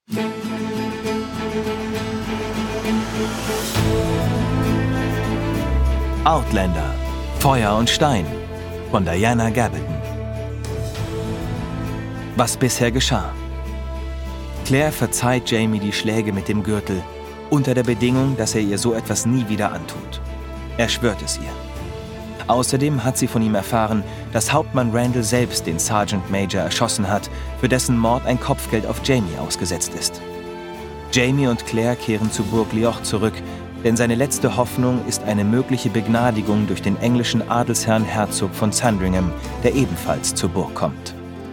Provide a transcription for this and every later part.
Outlander – Feuer und Stein von Diana Gabaldon. Was bisher geschah. Claire verzeiht Jamie die Schläge mit dem Gürtel, unter der Bedingung, dass er ihr so etwas nie wieder antut. Er schwört es ihr. Außerdem hat sie von ihm erfahren, dass Hauptmann Randall selbst den Sergeant Major erschossen hat, für dessen Mord ein Kopfgeld auf Jamie ausgesetzt ist. Jamie und Claire kehren zu Burg Lioch zurück, denn seine letzte Hoffnung ist eine mögliche Begnadigung durch den englischen Adelsherrn Herzog von Sandringham, der ebenfalls zur Burg kommt.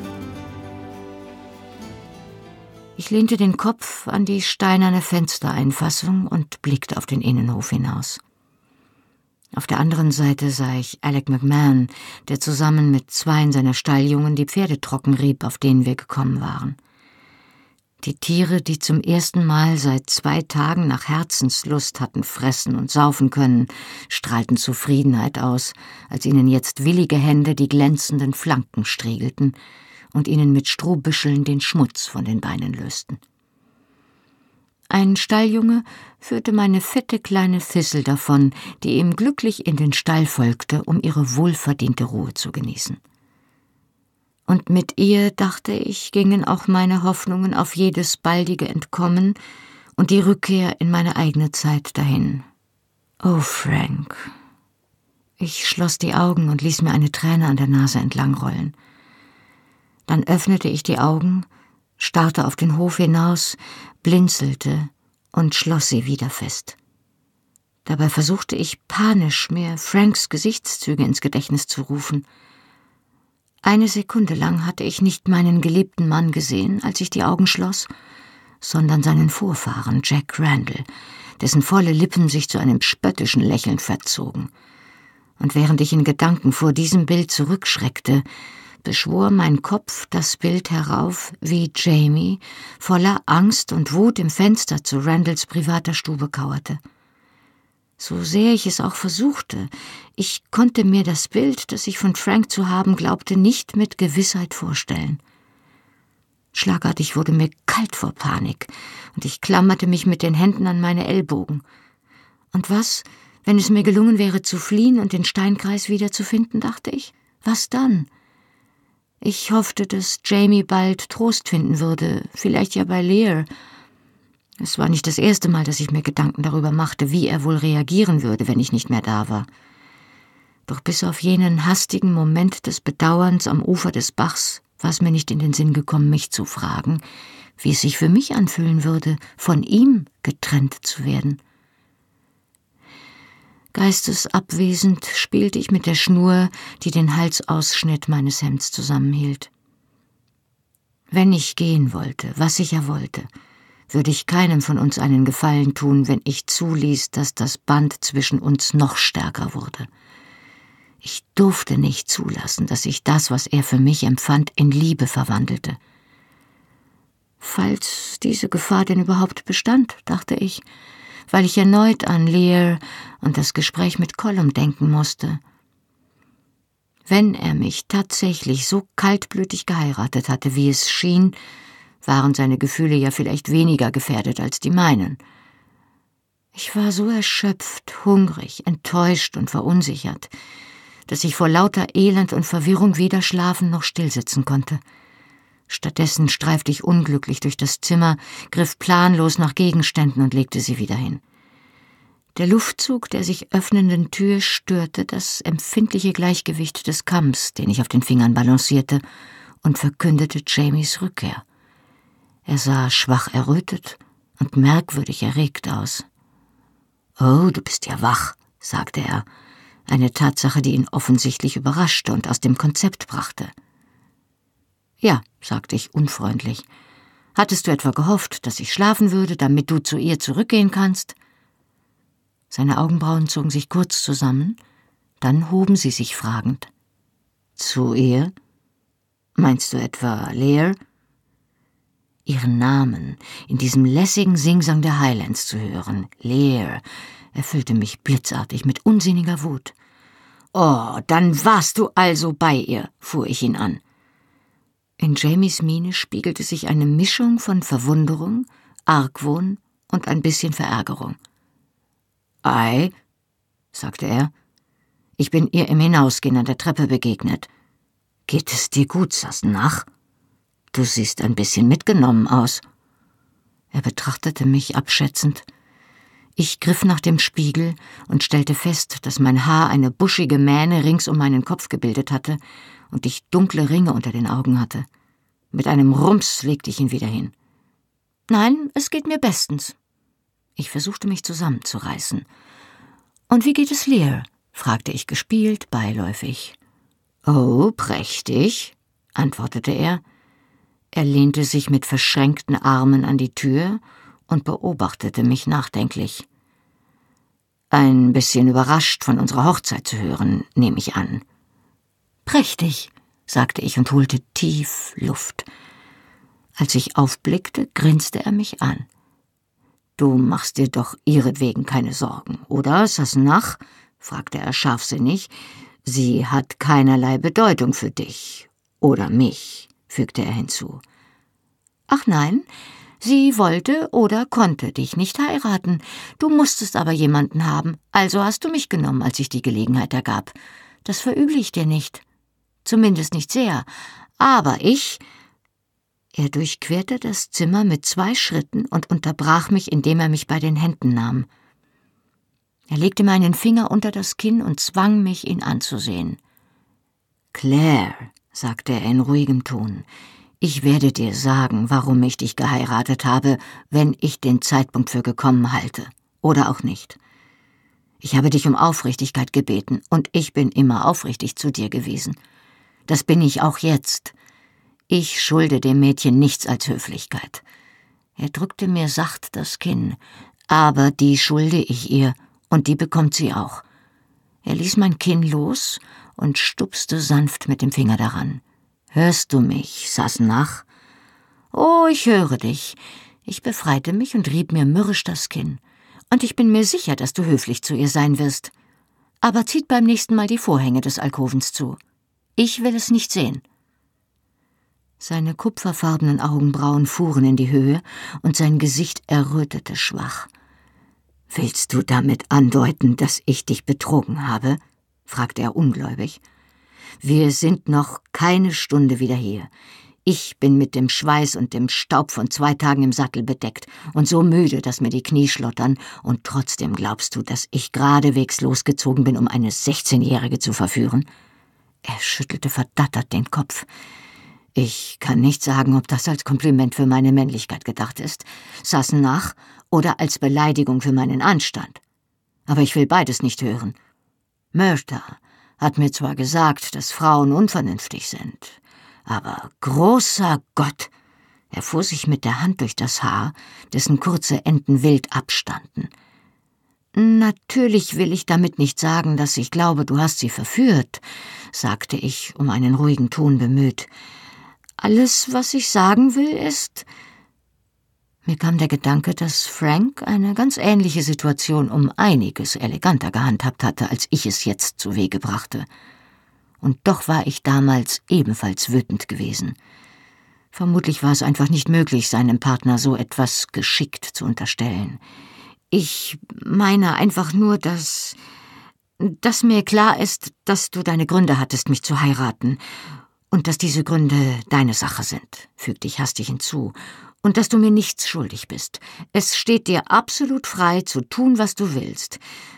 Ich lehnte den Kopf an die steinerne Fenstereinfassung und blickte auf den Innenhof hinaus. Auf der anderen Seite sah ich Alec McMahon, der zusammen mit 2 seiner Stalljungen die Pferde trocken rieb, auf denen wir gekommen waren. Die Tiere, die zum ersten Mal seit 2 Tagen nach Herzenslust hatten fressen und saufen können, strahlten Zufriedenheit aus, als ihnen jetzt willige Hände die glänzenden Flanken striegelten und ihnen mit Strohbüscheln den Schmutz von den Beinen lösten. Ein Stalljunge führte meine fette kleine Thistle davon, die ihm glücklich in den Stall folgte, um ihre wohlverdiente Ruhe zu genießen. Und mit ihr, dachte ich, gingen auch meine Hoffnungen auf jedes baldige Entkommen und die Rückkehr in meine eigene Zeit dahin. Oh, Frank. Ich schloss die Augen und ließ mir eine Träne an der Nase entlangrollen. Dann öffnete ich die Augen, starrte auf den Hof hinaus, blinzelte und schloss sie wieder fest. Dabei versuchte ich panisch, mir Franks Gesichtszüge ins Gedächtnis zu rufen. Eine Sekunde lang hatte ich nicht meinen geliebten Mann gesehen, als ich die Augen schloss, sondern seinen Vorfahren, Jack Randall, dessen volle Lippen sich zu einem spöttischen Lächeln verzogen. Und während ich in Gedanken vor diesem Bild zurückschreckte, beschwor mein Kopf das Bild herauf, wie Jamie voller Angst und Wut im Fenster zu Randalls privater Stube kauerte. So sehr ich es auch versuchte, ich konnte mir das Bild, das ich von Frank zu haben glaubte, nicht mit Gewissheit vorstellen. Schlagartig wurde mir kalt vor Panik, und ich klammerte mich mit den Händen an meine Ellbogen. Und was, wenn es mir gelungen wäre zu fliehen und den Steinkreis wiederzufinden, dachte ich? Was dann? Ich hoffte, dass Jamie bald Trost finden würde, vielleicht ja bei Lear. Es war nicht das erste Mal, dass ich mir Gedanken darüber machte, wie er wohl reagieren würde, wenn ich nicht mehr da war. Doch bis auf jenen hastigen Moment des Bedauerns am Ufer des Bachs war es mir nicht in den Sinn gekommen, mich zu fragen, wie es sich für mich anfühlen würde, von ihm getrennt zu werden. Geistesabwesend spielte ich mit der Schnur, die den Halsausschnitt meines Hemds zusammenhielt. Wenn ich gehen wollte, was ich ja wollte, würde ich keinem von uns einen Gefallen tun, wenn ich zuließ, dass das Band zwischen uns noch stärker wurde. Ich durfte nicht zulassen, dass sich das, was er für mich empfand, in Liebe verwandelte. Falls diese Gefahr denn überhaupt bestand, dachte ich, weil ich erneut an Lear und das Gespräch mit Colum denken musste. Wenn er mich tatsächlich so kaltblütig geheiratet hatte, wie es schien, waren seine Gefühle ja vielleicht weniger gefährdet als die meinen. Ich war so erschöpft, hungrig, enttäuscht und verunsichert, dass ich vor lauter Elend und Verwirrung weder schlafen noch stillsitzen konnte. Stattdessen streifte ich unglücklich durch das Zimmer, griff planlos nach Gegenständen und legte sie wieder hin. Der Luftzug der sich öffnenden Tür störte das empfindliche Gleichgewicht des Kamms, den ich auf den Fingern balancierte, und verkündete Jamies Rückkehr. Er sah schwach errötet und merkwürdig erregt aus. »Oh, du bist ja wach«, sagte er, eine Tatsache, die ihn offensichtlich überraschte und aus dem Konzept brachte. »Ja«, sagte ich unfreundlich. »Hattest du etwa gehofft, dass ich schlafen würde, damit du zu ihr zurückgehen kannst?« Seine Augenbrauen zogen sich kurz zusammen, dann hoben sie sich fragend. »Zu ihr? Meinst du etwa Lear?« Ihren Namen in diesem lässigen Singsang der Highlands zu hören, Lear, erfüllte mich blitzartig mit unsinniger Wut. »Oh, dann warst du also bei ihr«, fuhr ich ihn an. In Jamies Miene spiegelte sich eine Mischung von Verwunderung, Argwohn und ein bisschen Verärgerung. »Ei«, sagte er, »ich bin ihr im Hinausgehen an der Treppe begegnet. Geht es dir gut, Sassenach? Du siehst ein bisschen mitgenommen aus.« Er betrachtete mich abschätzend. Ich griff nach dem Spiegel und stellte fest, dass mein Haar eine buschige Mähne rings um meinen Kopf gebildet hatte und ich dunkle Ringe unter den Augen hatte. Mit einem Rums legte ich ihn wieder hin. »Nein, es geht mir bestens.« Ich versuchte mich zusammenzureißen. »Und wie geht es Lear?« fragte ich gespielt, beiläufig. »Oh, prächtig«, antwortete er. Er lehnte sich mit verschränkten Armen an die Tür und beobachtete mich nachdenklich. »Ein bisschen überrascht von unserer Hochzeit zu hören, nehme ich an.« »Prächtig«, sagte ich und holte tief Luft. Als ich aufblickte, grinste er mich an. »Du machst dir doch ihretwegen keine Sorgen, oder, Sassenach?« fragte er scharfsinnig. »Sie hat keinerlei Bedeutung für dich. Oder mich«, fügte er hinzu. »Ach nein, sie wollte oder konnte dich nicht heiraten. Du musstest aber jemanden haben, also hast du mich genommen, als sich die Gelegenheit ergab. Das verüble ich dir nicht. Zumindest nicht sehr. Aber ich...« Er durchquerte das Zimmer mit 2 Schritten und unterbrach mich, indem er mich bei den Händen nahm. Er legte mir einen Finger unter das Kinn und zwang mich, ihn anzusehen. »Claire«, sagte er in ruhigem Ton, »ich werde dir sagen, warum ich dich geheiratet habe, wenn ich den Zeitpunkt für gekommen halte. Oder auch nicht. Ich habe dich um Aufrichtigkeit gebeten, und ich bin immer aufrichtig zu dir gewesen. Das bin ich auch jetzt. Ich schulde dem Mädchen nichts als Höflichkeit.« Er drückte mir sacht das Kinn. »Aber die schulde ich ihr, und die bekommt sie auch.« Er ließ mein Kinn los und stupste sanft mit dem Finger daran. »Hörst du mich, Sassenach?« »Oh, ich höre dich.« Ich befreite mich und rieb mir mürrisch das Kinn. »Und ich bin mir sicher, dass du höflich zu ihr sein wirst. Aber zieht beim nächsten Mal die Vorhänge des Alkovens zu. Ich will es nicht sehen.« Seine kupferfarbenen Augenbrauen fuhren in die Höhe und sein Gesicht errötete schwach. »Willst du damit andeuten, dass ich dich betrogen habe?« fragte er ungläubig. »Wir sind noch keine Stunde wieder hier. Ich bin mit dem Schweiß und dem Staub von 2 Tagen im Sattel bedeckt und so müde, dass mir die Knie schlottern, und trotzdem glaubst du, dass ich geradewegs losgezogen bin, um eine 16-Jährige zu verführen?« Er schüttelte verdattert den Kopf. »Ich kann nicht sagen, ob das als Kompliment für meine Männlichkeit gedacht ist, Sassenach, oder als Beleidigung für meinen Anstand. Aber ich will beides nicht hören. Myrtha hat mir zwar gesagt, dass Frauen unvernünftig sind, aber großer Gott!« Er fuhr sich mit der Hand durch das Haar, dessen kurze Enden wild abstanden. »Natürlich will ich damit nicht sagen, dass ich glaube, du hast sie verführt«, sagte ich, um einen ruhigen Ton bemüht. »Alles, was ich sagen will, ist...« Mir kam der Gedanke, dass Frank eine ganz ähnliche Situation um einiges eleganter gehandhabt hatte, als ich es jetzt zu Wege brachte. Und doch war ich damals ebenfalls wütend gewesen. Vermutlich war es einfach nicht möglich, seinem Partner so etwas geschickt zu unterstellen. Ich meine einfach nur, dass mir klar ist, dass du deine Gründe hattest, mich zu heiraten, und dass diese Gründe deine Sache sind«, fügte ich hastig hinzu, »und dass du mir nichts schuldig bist. Es steht dir absolut frei, zu tun, was du willst.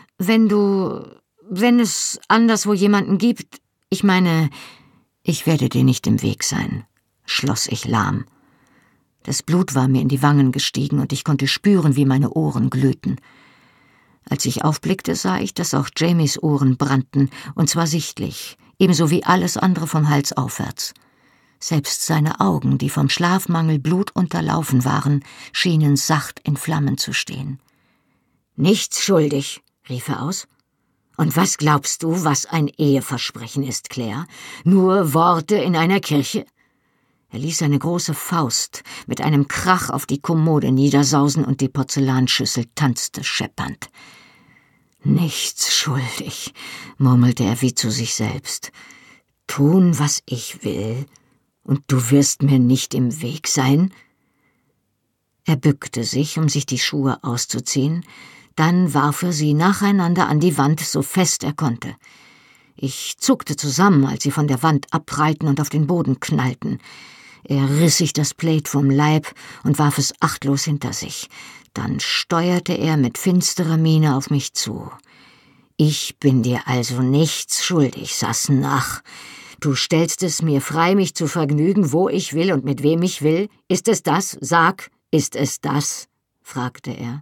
Wenn es anderswo jemanden gibt, ich meine, ich werde dir nicht im Weg sein«, schloss ich lahm. Das Blut war mir in die Wangen gestiegen und ich konnte spüren, wie meine Ohren glühten. Als ich aufblickte, sah ich, dass auch Jamies Ohren brannten, und zwar sichtlich, ebenso wie alles andere vom Hals aufwärts. Selbst seine Augen, die vom Schlafmangel blutunterlaufen waren, schienen sacht in Flammen zu stehen. »Nichts schuldig«, rief er aus. »Und was glaubst du, was ein Eheversprechen ist, Claire? Nur Worte in einer Kirche?« Er ließ seine große Faust mit einem Krach auf die Kommode niedersausen und die Porzellanschüssel tanzte scheppernd. »Nichts schuldig«, murmelte er wie zu sich selbst. »Tun, was ich will, Und du wirst mir nicht im Weg sein?« Er bückte sich, um sich die Schuhe auszuziehen, dann warf er sie nacheinander an die Wand, so fest er konnte. Ich zuckte zusammen, als sie von der Wand abprallten und auf den Boden knallten. Er riss sich das Plaid vom Leib und warf es achtlos hinter sich. Dann steuerte er mit finsterer Miene auf mich zu. »Ich bin dir also nichts schuldig, Sassenach. Du stellst es mir frei, mich zu vergnügen, wo ich will und mit wem ich will. Ist es das? Sag, ist es das?« fragte er.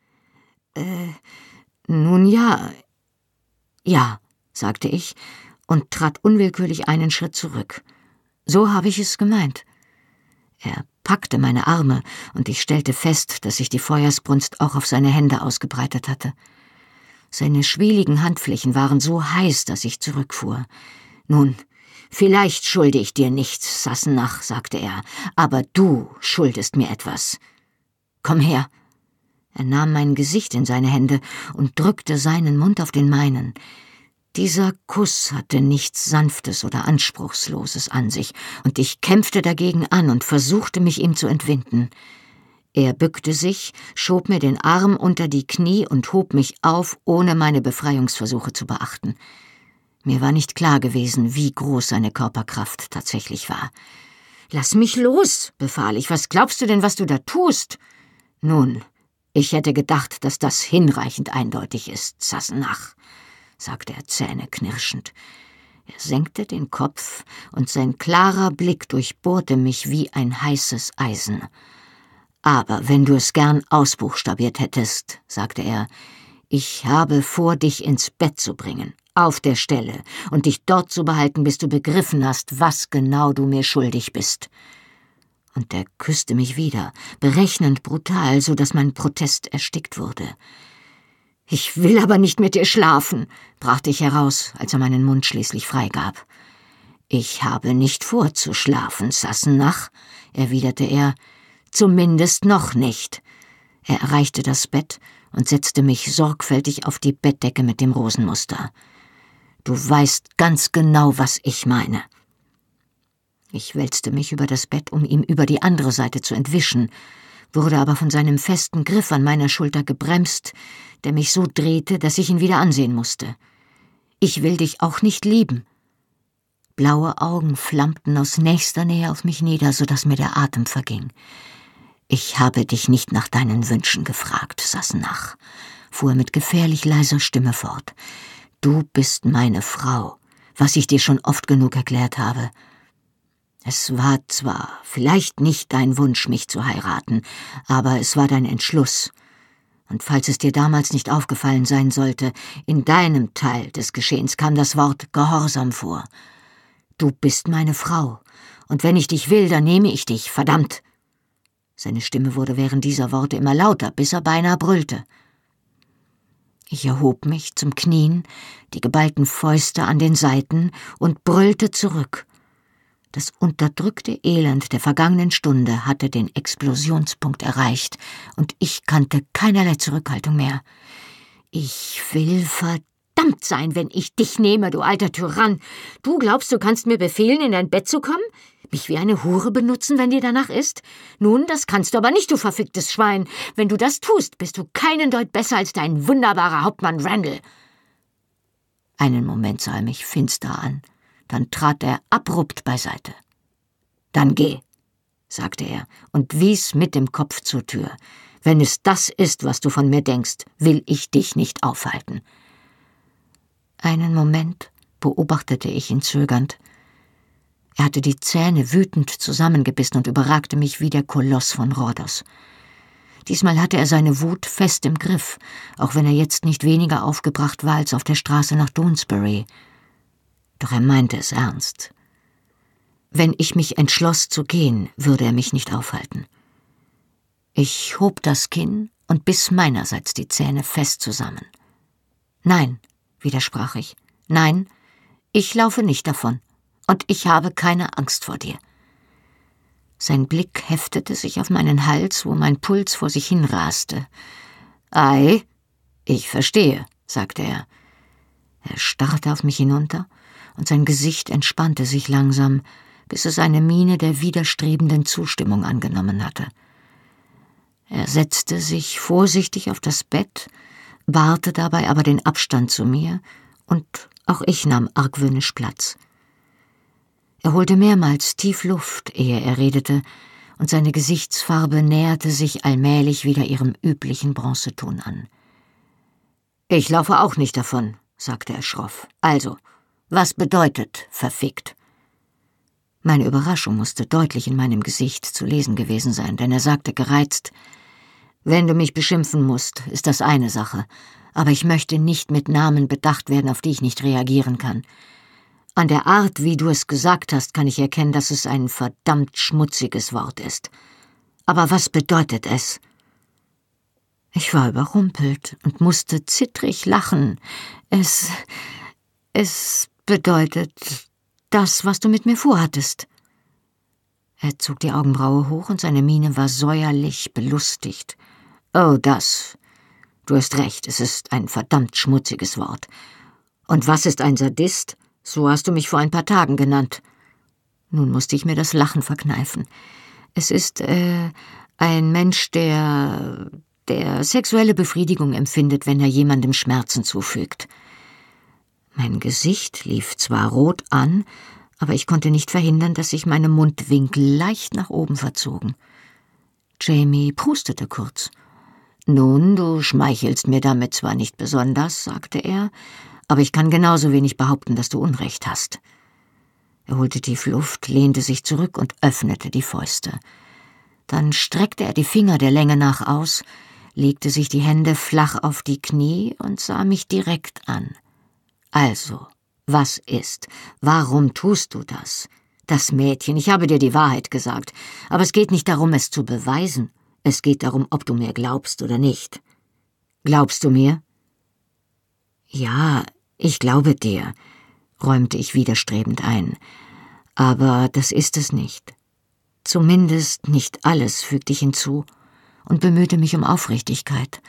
Nun ja. Ja, sagte ich und trat unwillkürlich einen Schritt zurück. So habe ich es gemeint. Er packte meine Arme und ich stellte fest, dass sich die Feuersbrunst auch auf seine Hände ausgebreitet hatte. Seine schwieligen Handflächen waren so heiß, dass ich zurückfuhr. »Nun, vielleicht schulde ich dir nichts, Sassenach«, sagte er, »aber du schuldest mir etwas. Komm her.« Er nahm mein Gesicht in seine Hände und drückte seinen Mund auf den meinen. Dieser Kuss hatte nichts Sanftes oder Anspruchsloses an sich, und ich kämpfte dagegen an und versuchte, mich ihm zu entwinden. Er bückte sich, schob mir den Arm unter die Knie und hob mich auf, ohne meine Befreiungsversuche zu beachten. Mir war nicht klar gewesen, wie groß seine Körperkraft tatsächlich war. »Lass mich los«, befahl ich. »Was glaubst du denn, was du da tust?« »Nun, ich hätte gedacht, dass das hinreichend eindeutig ist, Sassenach«, sagte er zähneknirschend. Er senkte den Kopf, und sein klarer Blick durchbohrte mich wie ein heißes Eisen. »Aber wenn du es gern ausbuchstabiert hättest«, sagte er, »ich habe vor, dich ins Bett zu bringen, auf der Stelle, und dich dort zu behalten, bis du begriffen hast, was genau du mir schuldig bist.« Und er küsste mich wieder, berechnend brutal, so dass mein Protest erstickt wurde. »Ich will aber nicht mit dir schlafen«, brachte ich heraus, als er meinen Mund schließlich freigab. »Ich habe nicht vor zu schlafen, Sassenach«, erwiderte er, »zumindest noch nicht.« Er erreichte das Bett und setzte mich sorgfältig auf die Bettdecke mit dem Rosenmuster. »Du weißt ganz genau, was ich meine.« Ich wälzte mich über das Bett, um ihm über die andere Seite zu entwischen, wurde aber von seinem festen Griff an meiner Schulter gebremst, der mich so drehte, dass ich ihn wieder ansehen musste. »Ich will dich auch nicht lieben.« Blaue Augen flammten aus nächster Nähe auf mich nieder, so dass mir der Atem verging. »Ich habe dich nicht nach deinen Wünschen gefragt, Sassenach«, fuhr er mit gefährlich leiser Stimme fort. »Du bist meine Frau, was ich dir schon oft genug erklärt habe. Es war zwar vielleicht nicht dein Wunsch, mich zu heiraten, aber es war dein Entschluss. Und falls es dir damals nicht aufgefallen sein sollte, in deinem Teil des Geschehens kam das Wort Gehorsam vor. Du bist meine Frau, und wenn ich dich will, dann nehme ich dich, verdammt!« Seine Stimme wurde während dieser Worte immer lauter, bis er beinahe brüllte. Ich erhob mich zum Knien, die geballten Fäuste an den Seiten und brüllte zurück. Das unterdrückte Elend der vergangenen Stunde hatte den Explosionspunkt erreicht, und ich kannte keinerlei Zurückhaltung mehr. »Ich will verdammt sein, wenn ich dich nehme, du alter Tyrann! Du glaubst, du kannst mir befehlen, in dein Bett zu kommen? Mich wie eine Hure benutzen, wenn dir danach ist? Nun, das kannst du aber nicht, du verficktes Schwein! Wenn du das tust, bist du keinen Deut besser als dein wunderbarer Hauptmann Randall!« Einen Moment sah er mich finster an. Dann trat er abrupt beiseite. »Dann geh«, sagte er und wies mit dem Kopf zur Tür. »Wenn es das ist, was du von mir denkst, will ich dich nicht aufhalten.« Einen Moment beobachtete ich ihn zögernd. Er hatte die Zähne wütend zusammengebissen und überragte mich wie der Koloss von Rhodos. Diesmal hatte er seine Wut fest im Griff, auch wenn er jetzt nicht weniger aufgebracht war als auf der Straße nach Doonesbury. Doch er meinte es ernst. Wenn ich mich entschloss zu gehen, würde er mich nicht aufhalten. Ich hob das Kinn und biss meinerseits die Zähne fest zusammen. »Nein«, widersprach ich, »nein, ich laufe nicht davon, und ich habe keine Angst vor dir.« Sein Blick heftete sich auf meinen Hals, wo mein Puls vor sich hin raste. »Ei, ich verstehe«, sagte er. Er starrte auf mich hinunter, und sein Gesicht entspannte sich langsam, bis es eine Miene der widerstrebenden Zustimmung angenommen hatte. Er setzte sich vorsichtig auf das Bett, wahrte dabei aber den Abstand zu mir, und auch ich nahm argwöhnisch Platz. Er holte mehrmals tief Luft, ehe er redete, und seine Gesichtsfarbe näherte sich allmählich wieder ihrem üblichen Bronzeton an. »Ich laufe auch nicht davon«, sagte er schroff. »Also, was bedeutet verfickt?« Meine Überraschung musste deutlich in meinem Gesicht zu lesen gewesen sein, denn er sagte gereizt: »Wenn du mich beschimpfen musst, ist das eine Sache, aber ich möchte nicht mit Namen bedacht werden, auf die ich nicht reagieren kann. An der Art, wie du es gesagt hast, kann ich erkennen, dass es ein verdammt schmutziges Wort ist. Aber was bedeutet es?« Ich war überrumpelt und musste zittrig lachen. Es bedeutet das, was du mit mir vorhattest.« Er zog die Augenbraue hoch und seine Miene war säuerlich belustigt. »Oh, das. Du hast recht, es ist ein verdammt schmutziges Wort. Und was ist ein Sadist? So hast du mich vor ein paar Tagen genannt.« Nun musste ich mir das Lachen verkneifen. »Es ist, ein Mensch, der sexuelle Befriedigung empfindet, wenn er jemandem Schmerzen zufügt.« Mein Gesicht lief zwar rot an, aber ich konnte nicht verhindern, dass sich meine Mundwinkel leicht nach oben verzogen. Jamie prustete kurz. »Nun, du schmeichelst mir damit zwar nicht besonders«, sagte er, »aber ich kann genauso wenig behaupten, dass du Unrecht hast.« Er holte tief Luft, lehnte sich zurück und öffnete die Fäuste. Dann streckte er die Finger der Länge nach aus, legte sich die Hände flach auf die Knie und sah mich direkt an. »Also, was ist? Warum tust du das? Das Mädchen, ich habe dir die Wahrheit gesagt, aber es geht nicht darum, es zu beweisen. Es geht darum, ob du mir glaubst oder nicht. Glaubst du mir?« »Ja, ich glaube dir«, räumte ich widerstrebend ein. »Aber das ist es nicht. Zumindest nicht alles«, fügte ich hinzu und bemühte mich um Aufrichtigkeit.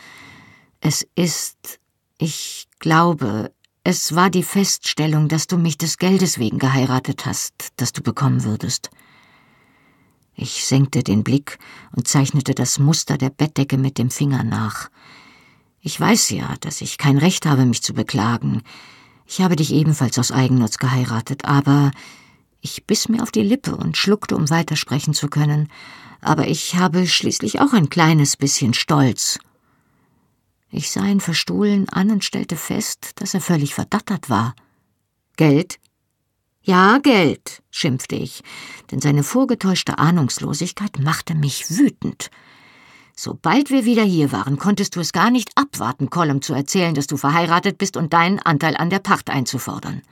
Ich glaube, es war die Feststellung, dass du mich des Geldes wegen geheiratet hast, das du bekommen würdest.« Ich senkte den Blick und zeichnete das Muster der Bettdecke mit dem Finger nach. »Ich weiß ja, dass ich kein Recht habe, mich zu beklagen. Ich habe dich ebenfalls aus Eigennutz geheiratet, aber…« Ich biss mir auf die Lippe und schluckte, um weitersprechen zu können. »Aber ich habe schließlich auch ein kleines bisschen Stolz.« Ich sah ihn verstohlen an und stellte fest, dass er völlig verdattert war. »Geld?« »Ja, Geld«, schimpfte ich, denn seine vorgetäuschte Ahnungslosigkeit machte mich wütend. »Sobald wir wieder hier waren, konntest du es gar nicht abwarten, Colum zu erzählen, dass du verheiratet bist und deinen Anteil an der Pacht einzufordern.«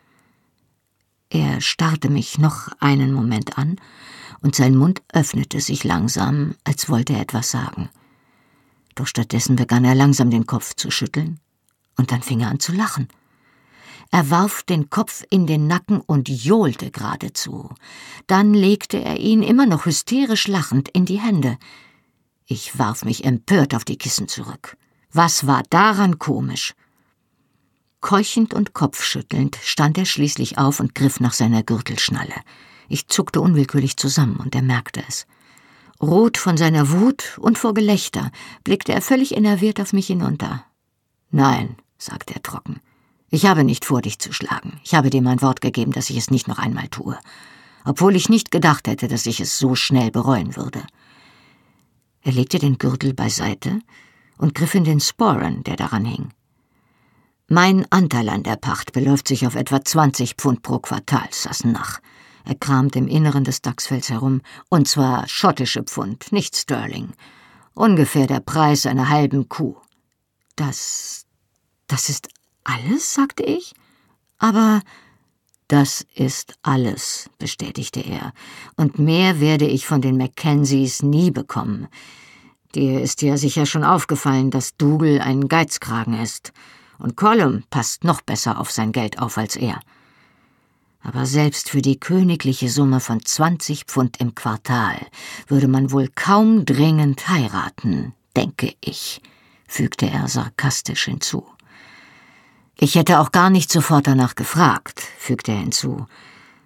Er starrte mich noch einen Moment an, und sein Mund öffnete sich langsam, als wollte er etwas sagen. Doch stattdessen begann er langsam den Kopf zu schütteln, und dann fing er an zu lachen. Er warf den Kopf in den Nacken und johlte geradezu. Dann legte er ihn, immer noch hysterisch lachend, in die Hände. Ich warf mich empört auf die Kissen zurück. Was war daran komisch? Keuchend und kopfschüttelnd stand er schließlich auf und griff nach seiner Gürtelschnalle. Ich zuckte unwillkürlich zusammen und er merkte es. Rot von seiner Wut und vor Gelächter blickte er völlig enerviert auf mich hinunter. »Nein«, sagte er trocken, »ich habe nicht vor, dich zu schlagen. Ich habe dir mein Wort gegeben, dass ich es nicht noch einmal tue, obwohl ich nicht gedacht hätte, dass ich es so schnell bereuen würde.« Er legte den Gürtel beiseite und griff in den Sporran, der daran hing. »Mein Anteil an der Pacht beläuft sich auf etwa 20 Pfund pro Quartal, Sassenach.« Er kramte im Inneren des Dachsfells herum, und zwar schottische Pfund, nicht Sterling. Ungefähr der Preis einer halben Kuh. Das ist alles?«, sagte ich. »Aber…« »Das ist alles«, bestätigte er, »und mehr werde ich von den Mackenzies nie bekommen. Dir ist ja sicher schon aufgefallen, dass Dougal ein Geizkragen ist, und Colum passt noch besser auf sein Geld auf als er. Aber selbst für die königliche Summe von 20 Pfund im Quartal würde man wohl kaum dringend heiraten, denke ich«, fügte er sarkastisch hinzu. »Ich hätte auch gar nicht sofort danach gefragt«, fügte er hinzu,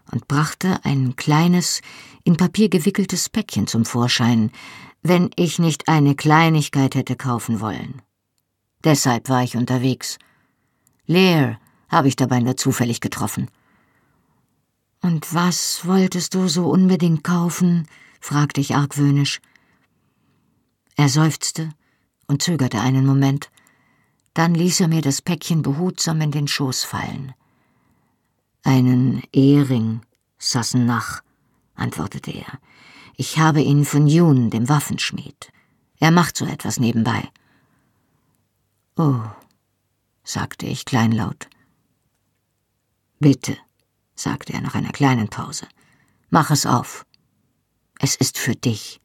und brachte ein kleines, in Papier gewickeltes Päckchen zum Vorschein, wenn ich nicht eine Kleinigkeit hätte kaufen wollen. Deshalb war ich unterwegs. Lear habe ich dabei nur zufällig getroffen. »Und was wolltest du so unbedingt kaufen?« fragte ich argwöhnisch. Er seufzte und zögerte einen Moment. Dann ließ er mir das Päckchen behutsam in den Schoß fallen. »Einen Ehering, Sassenach«, antwortete er. »Ich habe ihn von Jun, dem Waffenschmied. Er macht so etwas nebenbei.« »Oh«, sagte ich kleinlaut. »Bitte«, sagte er nach einer kleinen Pause. »Mach es auf. Es ist für dich.«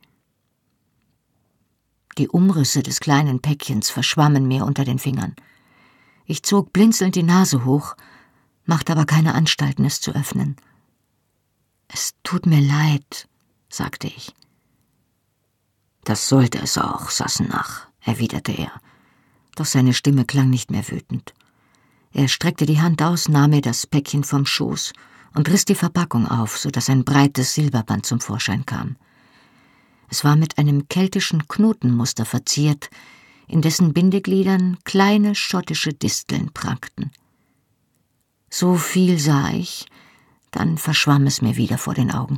Die Umrisse des kleinen Päckchens verschwammen mir unter den Fingern. Ich zog blinzelnd die Nase hoch, machte aber keine Anstalten, es zu öffnen. »Es tut mir leid«, sagte ich. »Das sollte es auch, Sassenach«, erwiderte er. Doch seine Stimme klang nicht mehr wütend. Er streckte die Hand aus, nahm mir das Päckchen vom Schoß und riss die Verpackung auf, so dass ein breites Silberband zum Vorschein kam. Es war mit einem keltischen Knotenmuster verziert, in dessen Bindegliedern kleine schottische Disteln prangten. So viel sah ich, dann verschwamm es mir wieder vor den Augen.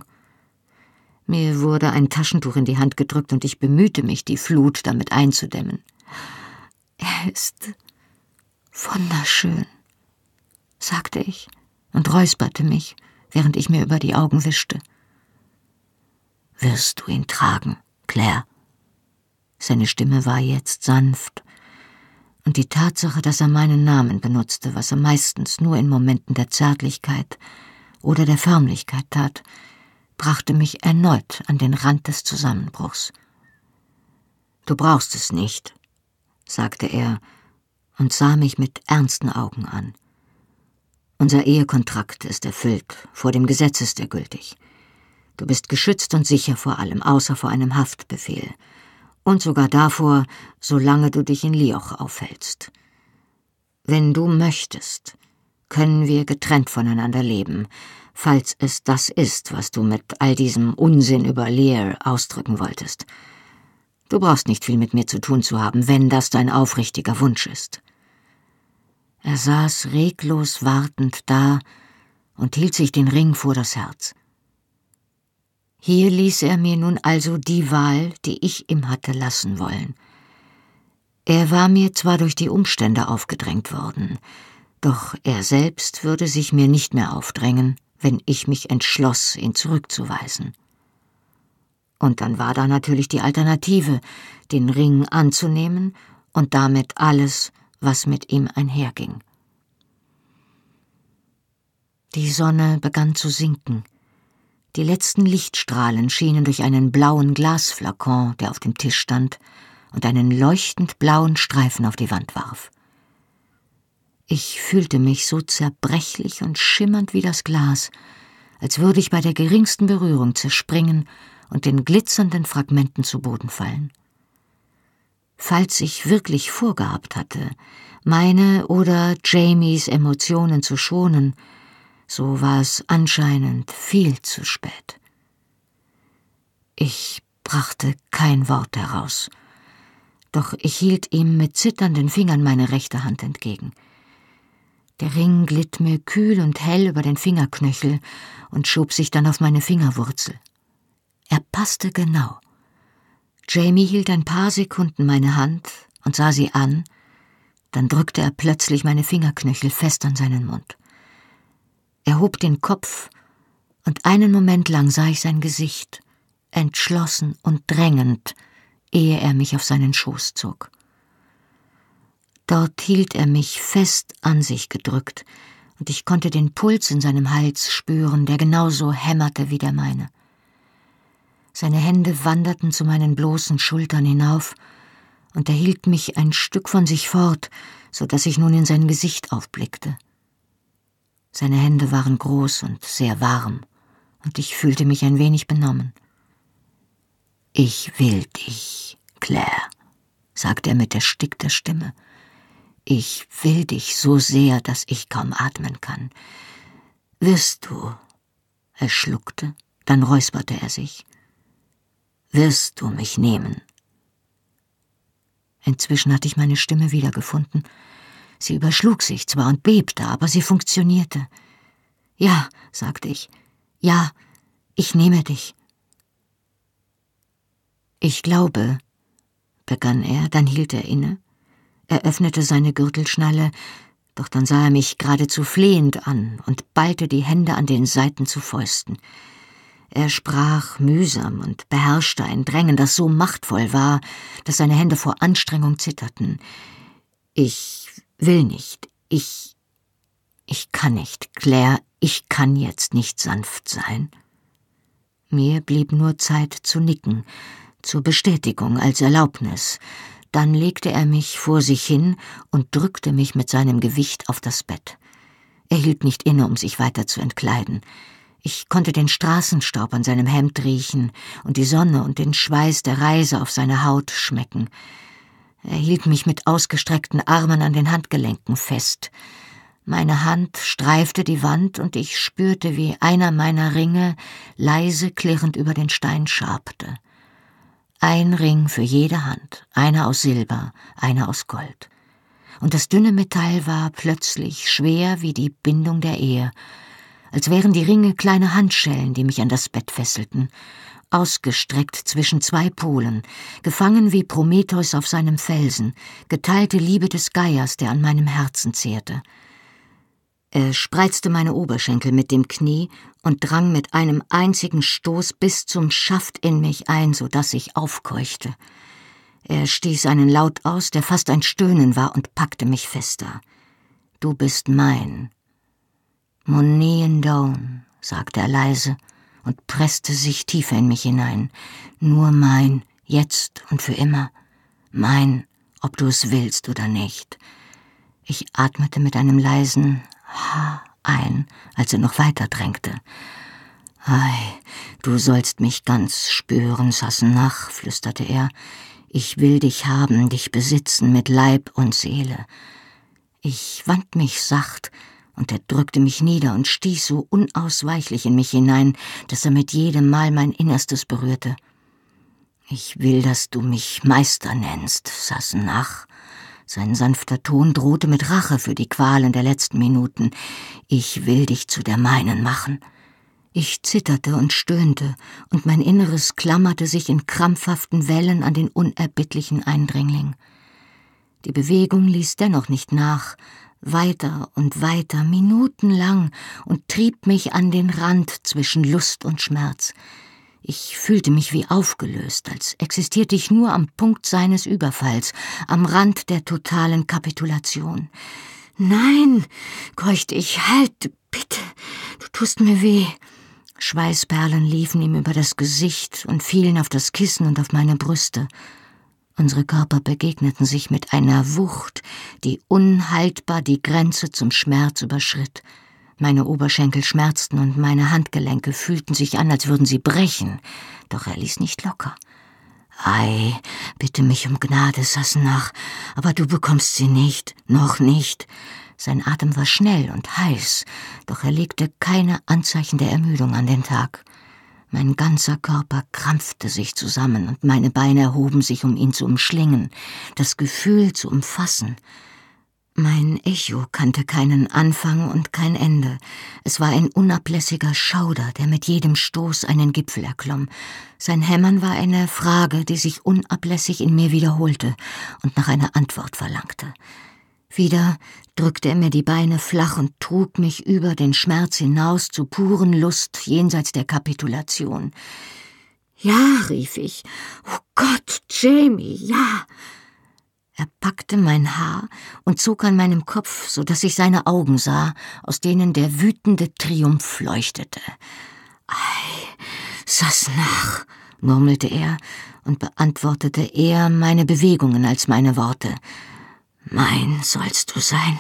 Mir wurde ein Taschentuch in die Hand gedrückt und ich bemühte mich, die Flut damit einzudämmen. »Er ist wunderschön«, sagte ich und räusperte mich, während ich mir über die Augen wischte. »Wirst du ihn tragen, Claire?« Seine Stimme war jetzt sanft, und die Tatsache, dass er meinen Namen benutzte, was er meistens nur in Momenten der Zärtlichkeit oder der Förmlichkeit tat, brachte mich erneut an den Rand des Zusammenbruchs. »Du brauchst es nicht«, sagte er und sah mich mit ernsten Augen an. »Unser Ehekontrakt ist erfüllt, vor dem Gesetz ist er gültig. Du bist geschützt und sicher vor allem, außer vor einem Haftbefehl. Und sogar davor, solange du dich in Lioch aufhältst. Wenn du möchtest, können wir getrennt voneinander leben, falls es das ist, was du mit all diesem Unsinn über Lear ausdrücken wolltest. Du brauchst nicht viel mit mir zu tun zu haben, wenn das dein aufrichtiger Wunsch ist.« Er saß reglos wartend da und hielt sich den Ring vor das Herz. Hier ließ er mir nun also die Wahl, die ich ihm hatte lassen wollen. Er war mir zwar durch die Umstände aufgedrängt worden, doch er selbst würde sich mir nicht mehr aufdrängen, wenn ich mich entschloss, ihn zurückzuweisen. Und dann war da natürlich die Alternative, den Ring anzunehmen und damit alles, was mit ihm einherging. Die Sonne begann zu sinken. Die letzten Lichtstrahlen schienen durch einen blauen Glasflakon, der auf dem Tisch stand, und einen leuchtend blauen Streifen auf die Wand warf. Ich fühlte mich so zerbrechlich und schimmernd wie das Glas, als würde ich bei der geringsten Berührung zerspringen und in glitzernden Fragmenten zu Boden fallen. Falls ich wirklich vorgehabt hatte, meine oder Jamies Emotionen zu schonen, so war es anscheinend viel zu spät. Ich brachte kein Wort heraus, doch ich hielt ihm mit zitternden Fingern meine rechte Hand entgegen. Der Ring glitt mir kühl und hell über den Fingerknöchel und schob sich dann auf meine Fingerwurzel. Er passte genau. Jamie hielt ein paar Sekunden meine Hand und sah sie an, dann drückte er plötzlich meine Fingerknöchel fest an seinen Mund. Er hob den Kopf, und einen Moment lang sah ich sein Gesicht, entschlossen und drängend, ehe er mich auf seinen Schoß zog. Dort hielt er mich fest an sich gedrückt, und ich konnte den Puls in seinem Hals spüren, der genauso hämmerte wie der meine. Seine Hände wanderten zu meinen bloßen Schultern hinauf, und er hielt mich ein Stück von sich fort, so dass ich nun in sein Gesicht aufblickte. Seine Hände waren groß und sehr warm, und ich fühlte mich ein wenig benommen. »Ich will dich, Claire«, sagte er mit erstickter Stimme. »Ich will dich so sehr, dass ich kaum atmen kann. Wirst du Er schluckte, dann räusperte er sich. »Wirst du mich nehmen?« Inzwischen hatte ich meine Stimme wiedergefunden. Sie überschlug sich zwar und bebte, aber sie funktionierte. »Ja«, sagte ich, »ja, ich nehme dich.« »Ich glaube«, begann er, dann hielt er inne. Er öffnete seine Gürtelschnalle, doch dann sah er mich geradezu flehend an und ballte die Hände an den Seiten zu Fäusten. Er sprach mühsam und beherrschte ein Drängen, das so machtvoll war, dass seine Hände vor Anstrengung zitterten. »Ich will nicht, ich kann nicht, Claire, ich kann jetzt nicht sanft sein.« Mir blieb nur Zeit zu nicken, zur Bestätigung als Erlaubnis. Dann legte er mich vor sich hin und drückte mich mit seinem Gewicht auf das Bett. Er hielt nicht inne, um sich weiter zu entkleiden. Ich konnte den Straßenstaub an seinem Hemd riechen und die Sonne und den Schweiß der Reise auf seiner Haut schmecken. Er hielt mich mit ausgestreckten Armen an den Handgelenken fest. Meine Hand streifte die Wand und ich spürte, wie einer meiner Ringe leise klirrend über den Stein schabte. Ein Ring für jede Hand, einer aus Silber, einer aus Gold. Und das dünne Metall war plötzlich schwer wie die Bindung der Ehe, als wären die Ringe kleine Handschellen, die mich an das Bett fesselten, ausgestreckt zwischen zwei Polen, gefangen wie Prometheus auf seinem Felsen, geteilte Liebe des Geiers, der an meinem Herzen zehrte. Er spreizte meine Oberschenkel mit dem Knie und drang mit einem einzigen Stoß bis zum Schaft in mich ein, so dass ich aufkeuchte. Er stieß einen Laut aus, der fast ein Stöhnen war, und packte mich fester. »Du bist mein.« »Moneen Down«, sagte er leise und presste sich tiefer in mich hinein. »Nur mein, jetzt und für immer. Mein, ob du es willst oder nicht.« Ich atmete mit einem leisen Ha ein, als er noch weiter drängte. »Ei, du sollst mich ganz spüren, Sassenach«, flüsterte er. »Ich will dich haben, dich besitzen mit Leib und Seele.« Ich wand mich sacht, und er drückte mich nieder und stieß so unausweichlich in mich hinein, dass er mit jedem Mal mein Innerstes berührte. »Ich will, dass du mich Meister nennst, Sassenach.« Sein sanfter Ton drohte mit Rache für die Qualen der letzten Minuten. »Ich will dich zu der meinen machen.« Ich zitterte und stöhnte, und mein Inneres klammerte sich in krampfhaften Wellen an den unerbittlichen Eindringling. Die Bewegung ließ dennoch nicht nach, weiter und weiter, minutenlang, und trieb mich an den Rand zwischen Lust und Schmerz. Ich fühlte mich wie aufgelöst, als existierte ich nur am Punkt seines Überfalls, am Rand der totalen Kapitulation. »Nein«, keuchte ich, »halt, bitte, du tust mir weh.« Schweißperlen liefen ihm über das Gesicht und fielen auf das Kissen und auf meine Brüste. Unsere Körper begegneten sich mit einer Wucht, die unhaltbar die Grenze zum Schmerz überschritt. Meine Oberschenkel schmerzten und meine Handgelenke fühlten sich an, als würden sie brechen. Doch er ließ nicht locker. »Ei, bitte mich um Gnade, Sassenach, aber du bekommst sie nicht, noch nicht.« Sein Atem war schnell und heiß, doch er legte keine Anzeichen der Ermüdung an den Tag. Mein ganzer Körper krampfte sich zusammen und meine Beine erhoben sich, um ihn zu umschlingen, das Gefühl zu umfassen. Mein Echo kannte keinen Anfang und kein Ende. Es war ein unablässiger Schauder, der mit jedem Stoß einen Gipfel erklomm. Sein Hämmern war eine Frage, die sich unablässig in mir wiederholte und nach einer Antwort verlangte. Wieder drückte er mir die Beine flach und trug mich über den Schmerz hinaus zu puren Lust jenseits der Kapitulation. »Ja«, rief ich, »oh Gott, Jamie, ja!« Er packte mein Haar und zog an meinem Kopf, so dass ich seine Augen sah, aus denen der wütende Triumph leuchtete. »Ei, Sassenach«, murmelte er und beantwortete eher meine Bewegungen als meine Worte. »Mein sollst du sein.«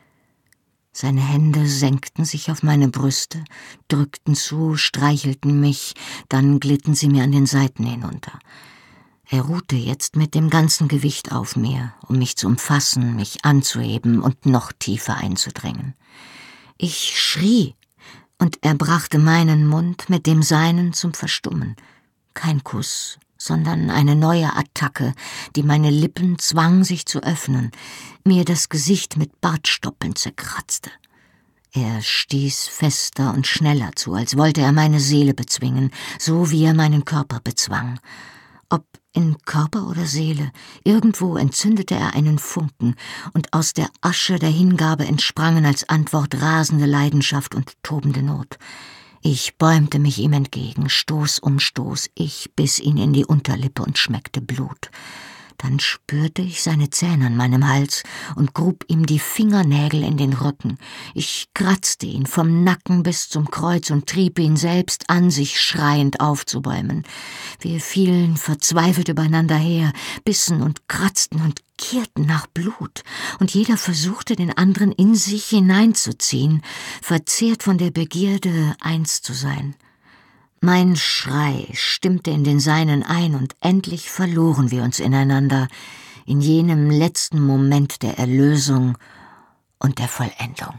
Seine Hände senkten sich auf meine Brüste, drückten zu, streichelten mich, dann glitten sie mir an den Seiten hinunter. Er ruhte jetzt mit dem ganzen Gewicht auf mir, um mich zu umfassen, mich anzuheben und noch tiefer einzudrängen. Ich schrie, und er brachte meinen Mund mit dem seinen zum Verstummen. Kein Kuss, sondern eine neue Attacke, die meine Lippen zwang, sich zu öffnen, mir das Gesicht mit Bartstoppeln zerkratzte. Er stieß fester und schneller zu, als wollte er meine Seele bezwingen, so wie er meinen Körper bezwang. Ob in Körper oder Seele, irgendwo entzündete er einen Funken, und aus der Asche der Hingabe entsprangen als Antwort rasende Leidenschaft und tobende Not. Ich bäumte mich ihm entgegen, Stoß um Stoß, ich biss ihn in die Unterlippe und schmeckte Blut. Dann spürte ich seine Zähne an meinem Hals und grub ihm die Fingernägel in den Rücken. Ich kratzte ihn vom Nacken bis zum Kreuz und trieb ihn selbst an, sich schreiend aufzubäumen. Wir fielen verzweifelt übereinander her, bissen und kratzten und gierten nach Blut, und jeder versuchte, den anderen in sich hineinzuziehen, verzehrt von der Begierde, eins zu sein. Mein Schrei stimmte in den seinen ein, und endlich verloren wir uns ineinander, in jenem letzten Moment der Erlösung und der Vollendung.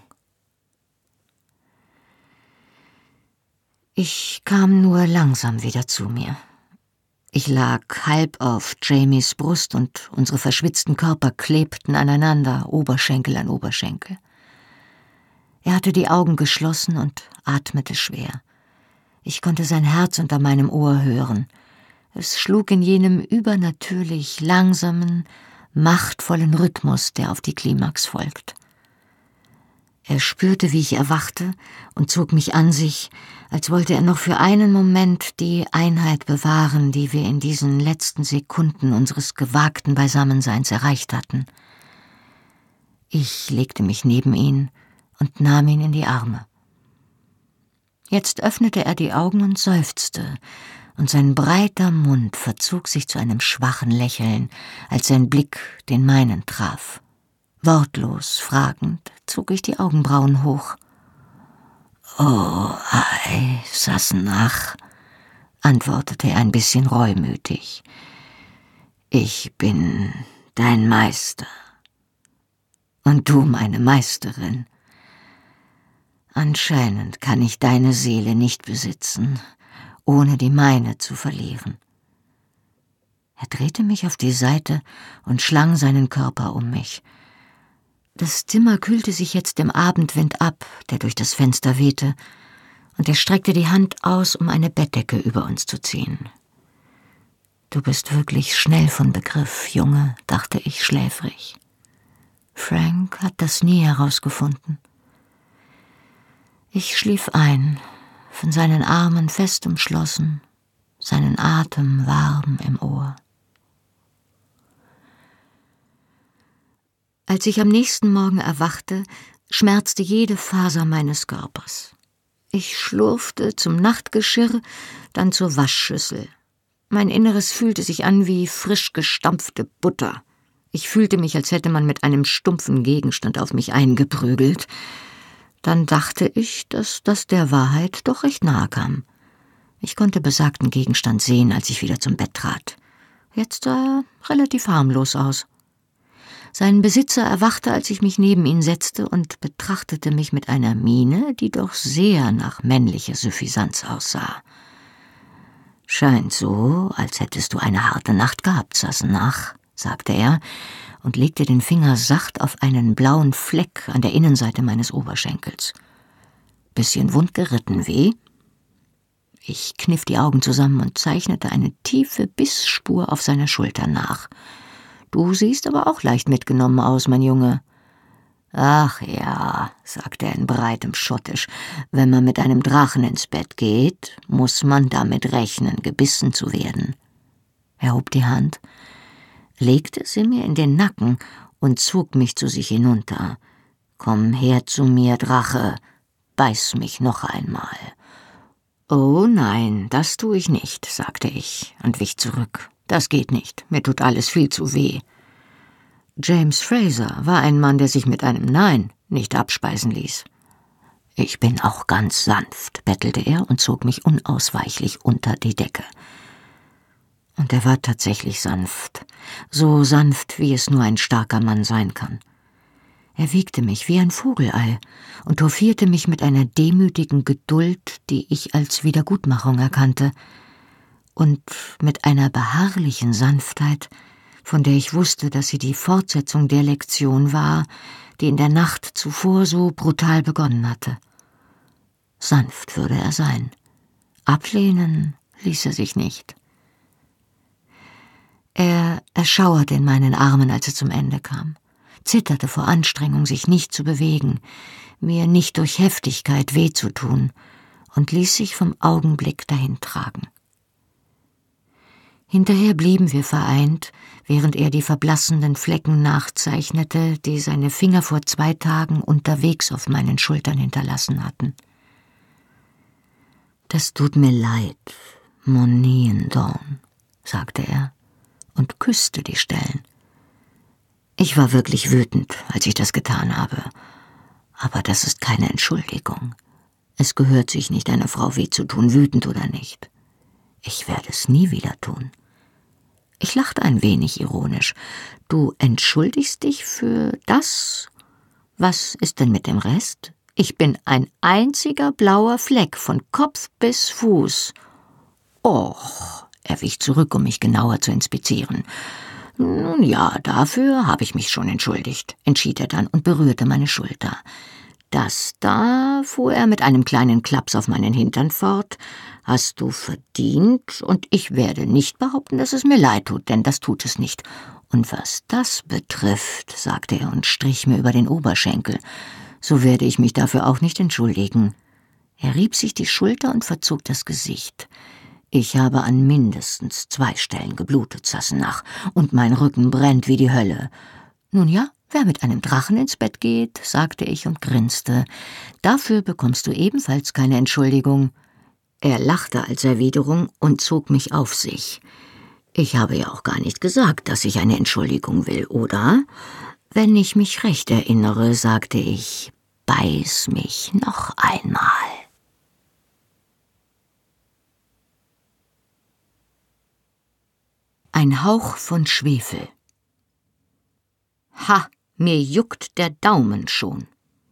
Ich kam nur langsam wieder zu mir. Ich lag halb auf Jamies Brust, und unsere verschwitzten Körper klebten aneinander, Oberschenkel an Oberschenkel. Er hatte die Augen geschlossen und atmete schwer. Ich konnte sein Herz unter meinem Ohr hören. Es schlug in jenem übernatürlich langsamen, machtvollen Rhythmus, der auf die Klimax folgt. Er spürte, wie ich erwachte, und zog mich an sich, als wollte er noch für einen Moment die Einheit bewahren, die wir in diesen letzten Sekunden unseres gewagten Beisammenseins erreicht hatten. Ich legte mich neben ihn und nahm ihn in die Arme. Jetzt öffnete er die Augen und seufzte, und sein breiter Mund verzog sich zu einem schwachen Lächeln, als sein Blick den meinen traf. Wortlos, fragend, zog ich die Augenbrauen hoch. »Oh, ei, Sassenach«, antwortete er ein bisschen reumütig. »Ich bin dein Meister und du meine Meisterin. Anscheinend kann ich deine Seele nicht besitzen, ohne die meine zu verlieren.« Er drehte mich auf die Seite und schlang seinen Körper um mich. Das Zimmer kühlte sich jetzt im Abendwind ab, der durch das Fenster wehte, und er streckte die Hand aus, um eine Bettdecke über uns zu ziehen. »Du bist wirklich schnell von Begriff, Junge«, dachte ich schläfrig. Frank hat das nie herausgefunden. Ich schlief ein, von seinen Armen fest umschlossen, seinen Atem warm im Ohr. Als ich am nächsten Morgen erwachte, schmerzte jede Faser meines Körpers. Ich schlurfte zum Nachtgeschirr, dann zur Waschschüssel. Mein Inneres fühlte sich an wie frisch gestampfte Butter. Ich fühlte mich, als hätte man mit einem stumpfen Gegenstand auf mich eingeprügelt. Dann dachte ich, dass das der Wahrheit doch recht nahe kam. Ich konnte besagten Gegenstand sehen, als ich wieder zum Bett trat. Jetzt sah er relativ harmlos aus. Sein Besitzer erwachte, als ich mich neben ihn setzte, und betrachtete mich mit einer Miene, die doch sehr nach männlicher Suffisanz aussah. »Scheint so, als hättest du eine harte Nacht gehabt, Sassenach«, sagte er und legte den Finger sacht auf einen blauen Fleck an der Innenseite meines Oberschenkels. »Bisschen wund geritten, wie?« Ich kniff die Augen zusammen und zeichnete eine tiefe Bissspur auf seiner Schulter nach. »Du siehst aber auch leicht mitgenommen aus, mein Junge.« »Ach ja«, sagte er in breitem Schottisch, »wenn man mit einem Drachen ins Bett geht, muss man damit rechnen, gebissen zu werden.« Er hob die Hand, legte sie mir in den Nacken und zog mich zu sich hinunter. »Komm her zu mir, Drache, beiß mich noch einmal.« »Oh nein, das tue ich nicht«, sagte ich und wich zurück. »Das geht nicht, mir tut alles viel zu weh.« James Fraser war ein Mann, der sich mit einem Nein nicht abspeisen ließ. »Ich bin auch ganz sanft«, bettelte er und zog mich unausweichlich unter die Decke. Und er war tatsächlich sanft, so sanft, wie es nur ein starker Mann sein kann. Er wiegte mich wie ein Vogelei und hofierte mich mit einer demütigen Geduld, die ich als Wiedergutmachung erkannte, und mit einer beharrlichen Sanftheit, von der ich wusste, dass sie die Fortsetzung der Lektion war, die in der Nacht zuvor so brutal begonnen hatte. Sanft würde er sein. Ablehnen ließ er sich nicht. Er erschauerte in meinen Armen, als es zum Ende kam, zitterte vor Anstrengung, sich nicht zu bewegen, mir nicht durch Heftigkeit weh zu tun, und ließ sich vom Augenblick dahintragen. Hinterher blieben wir vereint, während er die verblassenden Flecken nachzeichnete, die seine Finger vor 2 Tagen unterwegs auf meinen Schultern hinterlassen hatten. »Das tut mir leid, mon Niendorn«, sagte er und küsste die Stellen. Ich war wirklich wütend, als ich das getan habe. Aber das ist keine Entschuldigung. Es gehört sich nicht, einer Frau weh zu tun, wütend oder nicht. Ich werde es nie wieder tun. Ich lachte ein wenig ironisch. Du entschuldigst dich für das? Was ist denn mit dem Rest? Ich bin ein einziger blauer Fleck von Kopf bis Fuß. Och, er wich zurück, um mich genauer zu inspizieren. Nun ja, dafür habe ich mich schon entschuldigt, entschied er dann und berührte meine Schulter. Das da, fuhr er mit einem kleinen Klaps auf meinen Hintern fort, hast du verdient, und ich werde nicht behaupten, dass es mir leid tut, denn das tut es nicht. Und was das betrifft, sagte er und strich mir über den Oberschenkel, so werde ich mich dafür auch nicht entschuldigen. Er rieb sich die Schulter und verzog das Gesicht. Ich habe an mindestens 2 Stellen geblutet, Sassenach, und mein Rücken brennt wie die Hölle. Nun ja, wer mit einem Drachen ins Bett geht, sagte ich und grinste, dafür bekommst du ebenfalls keine Entschuldigung. Er lachte als Erwiderung und zog mich auf sich. Ich habe ja auch gar nicht gesagt, dass ich eine Entschuldigung will, oder? Wenn ich mich recht erinnere, sagte ich, beiß mich noch einmal. Ein Hauch von Schwefel. Ha, mir juckt der Daumen schon.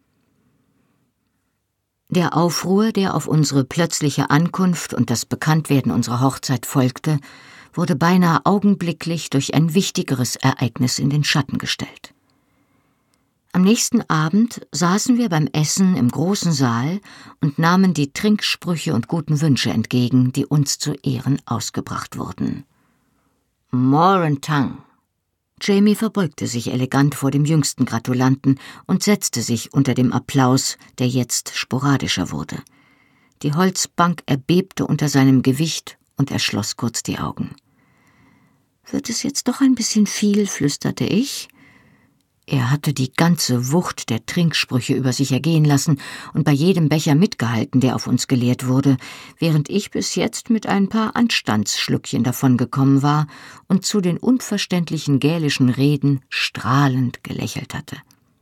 Der Aufruhr, der auf unsere plötzliche Ankunft und das Bekanntwerden unserer Hochzeit folgte, wurde beinahe augenblicklich durch ein wichtigeres Ereignis in den Schatten gestellt. Am nächsten Abend saßen wir beim Essen im großen Saal und nahmen die Trinksprüche und guten Wünsche entgegen, die uns zu Ehren ausgebracht wurden. Morentang. Jamie verbeugte sich elegant vor dem jüngsten Gratulanten und setzte sich unter dem Applaus, der jetzt sporadischer wurde. Die Holzbank erbebte unter seinem Gewicht und er schloss kurz die Augen. »Wird es jetzt doch ein bisschen viel?« flüsterte ich. Er hatte die ganze Wucht der Trinksprüche über sich ergehen lassen und bei jedem Becher mitgehalten, der auf uns geleert wurde, während ich bis jetzt mit ein paar Anstandsschlückchen davongekommen war und zu den unverständlichen gälischen Reden strahlend gelächelt hatte.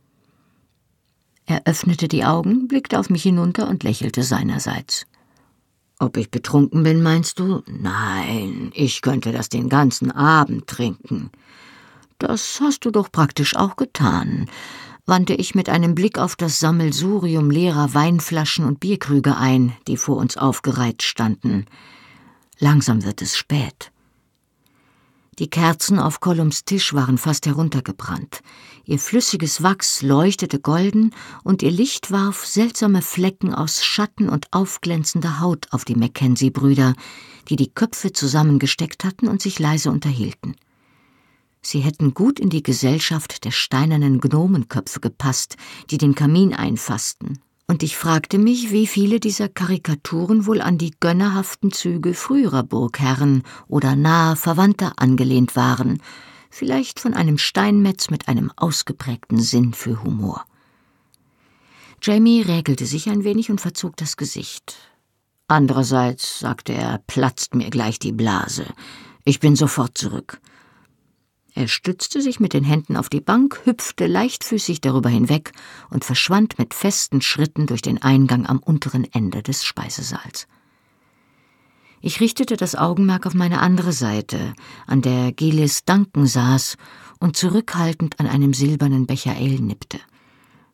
Er öffnete die Augen, blickte auf mich hinunter und lächelte seinerseits. »Ob ich betrunken bin, meinst du? Nein, ich könnte das den ganzen Abend trinken.« »Das hast du doch praktisch auch getan«, wandte ich mit einem Blick auf das Sammelsurium leerer Weinflaschen und Bierkrüge ein, die vor uns aufgereiht standen. Langsam wird es spät. Die Kerzen auf Collums Tisch waren fast heruntergebrannt. Ihr flüssiges Wachs leuchtete golden und ihr Licht warf seltsame Flecken aus Schatten und aufglänzender Haut auf die Mackenzie-Brüder, die die Köpfe zusammengesteckt hatten und sich leise unterhielten. Sie hätten gut in die Gesellschaft der steinernen Gnomenköpfe gepasst, die den Kamin einfassten, und ich fragte mich, wie viele dieser Karikaturen wohl an die gönnerhaften Züge früherer Burgherren oder naher Verwandter angelehnt waren, vielleicht von einem Steinmetz mit einem ausgeprägten Sinn für Humor. Jamie räkelte sich ein wenig und verzog das Gesicht. »Andererseits«, sagte er, »platzt mir gleich die Blase. Ich bin sofort zurück.« Er stützte sich mit den Händen auf die Bank, hüpfte leichtfüßig darüber hinweg und verschwand mit festen Schritten durch den Eingang am unteren Ende des Speisesaals. Ich richtete das Augenmerk auf meine andere Seite, an der Gillis Duncan saß und zurückhaltend an einem silbernen Becher Ale nippte.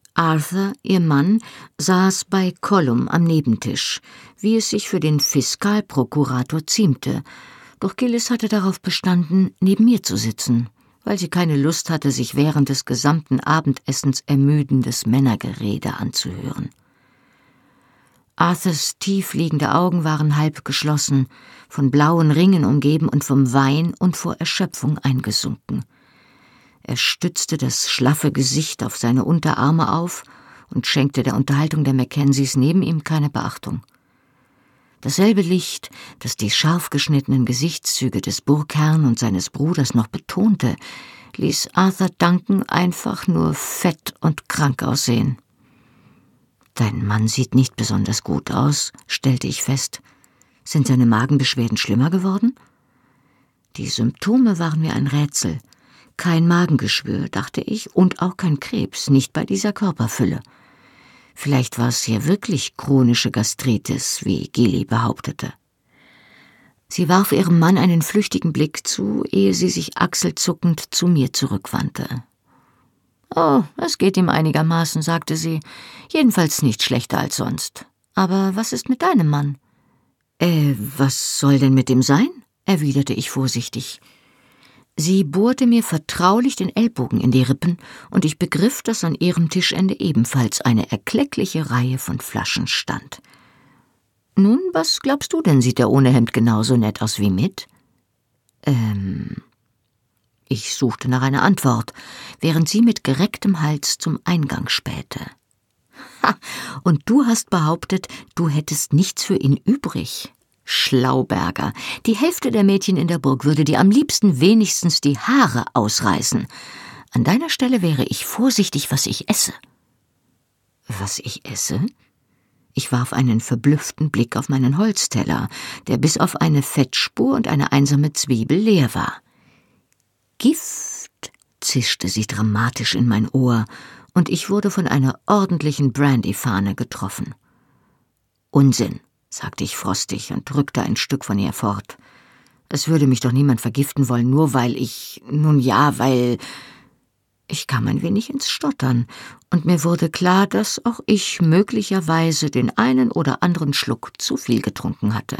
Arthur, ihr Mann, saß bei Gollum am Nebentisch, wie es sich für den Fiskalprokurator ziemte, doch Gillis hatte darauf bestanden, neben mir zu sitzen, weil sie keine Lust hatte, sich während des gesamten Abendessens ermüdendes Männergerede anzuhören. Arthurs tiefliegende Augen waren halb geschlossen, von blauen Ringen umgeben und vom Wein und vor Erschöpfung eingesunken. Er stützte das schlaffe Gesicht auf seine Unterarme auf und schenkte der Unterhaltung der Mackenzies neben ihm keine Beachtung. Dasselbe Licht, das die scharf geschnittenen Gesichtszüge des Burgherrn und seines Bruders noch betonte, ließ Arthur Duncan einfach nur fett und krank aussehen. »Dein Mann sieht nicht besonders gut aus«, stellte ich fest. »Sind seine Magenbeschwerden schlimmer geworden?« Die Symptome waren mir ein Rätsel. Kein Magengeschwür, dachte ich, und auch kein Krebs, nicht bei dieser Körperfülle. Vielleicht war es hier wirklich chronische Gastritis, wie Gilly behauptete. Sie warf ihrem Mann einen flüchtigen Blick zu, ehe sie sich achselzuckend zu mir zurückwandte. »Oh, es geht ihm einigermaßen«, sagte sie. »Jedenfalls nicht schlechter als sonst. Aber was ist mit deinem Mann?« Was soll denn mit ihm sein?« erwiderte ich vorsichtig. Sie bohrte mir vertraulich den Ellbogen in die Rippen, und ich begriff, dass an ihrem Tischende ebenfalls eine erkleckliche Reihe von Flaschen stand. »Nun, was glaubst du denn, sieht er ohne Hemd genauso nett aus wie mit?« Ich suchte nach einer Antwort, während sie mit gerecktem Hals zum Eingang spähte. »Ha, und du hast behauptet, du hättest nichts für ihn übrig. Schlauberger, die Hälfte der Mädchen in der Burg würde dir am liebsten wenigstens die Haare ausreißen. An deiner Stelle wäre ich vorsichtig, was ich esse.« »Was ich esse?« Ich warf einen verblüfften Blick auf meinen Holzteller, der bis auf eine Fettspur und eine einsame Zwiebel leer war. »Gift«, zischte sie dramatisch in mein Ohr, und ich wurde von einer ordentlichen Brandyfahne getroffen. »Unsinn«, sagte ich frostig und rückte ein Stück von ihr fort. »Es würde mich doch niemand vergiften wollen, nur weil ich, weil...« Ich kam ein wenig ins Stottern, und mir wurde klar, dass auch ich möglicherweise den einen oder anderen Schluck zu viel getrunken hatte.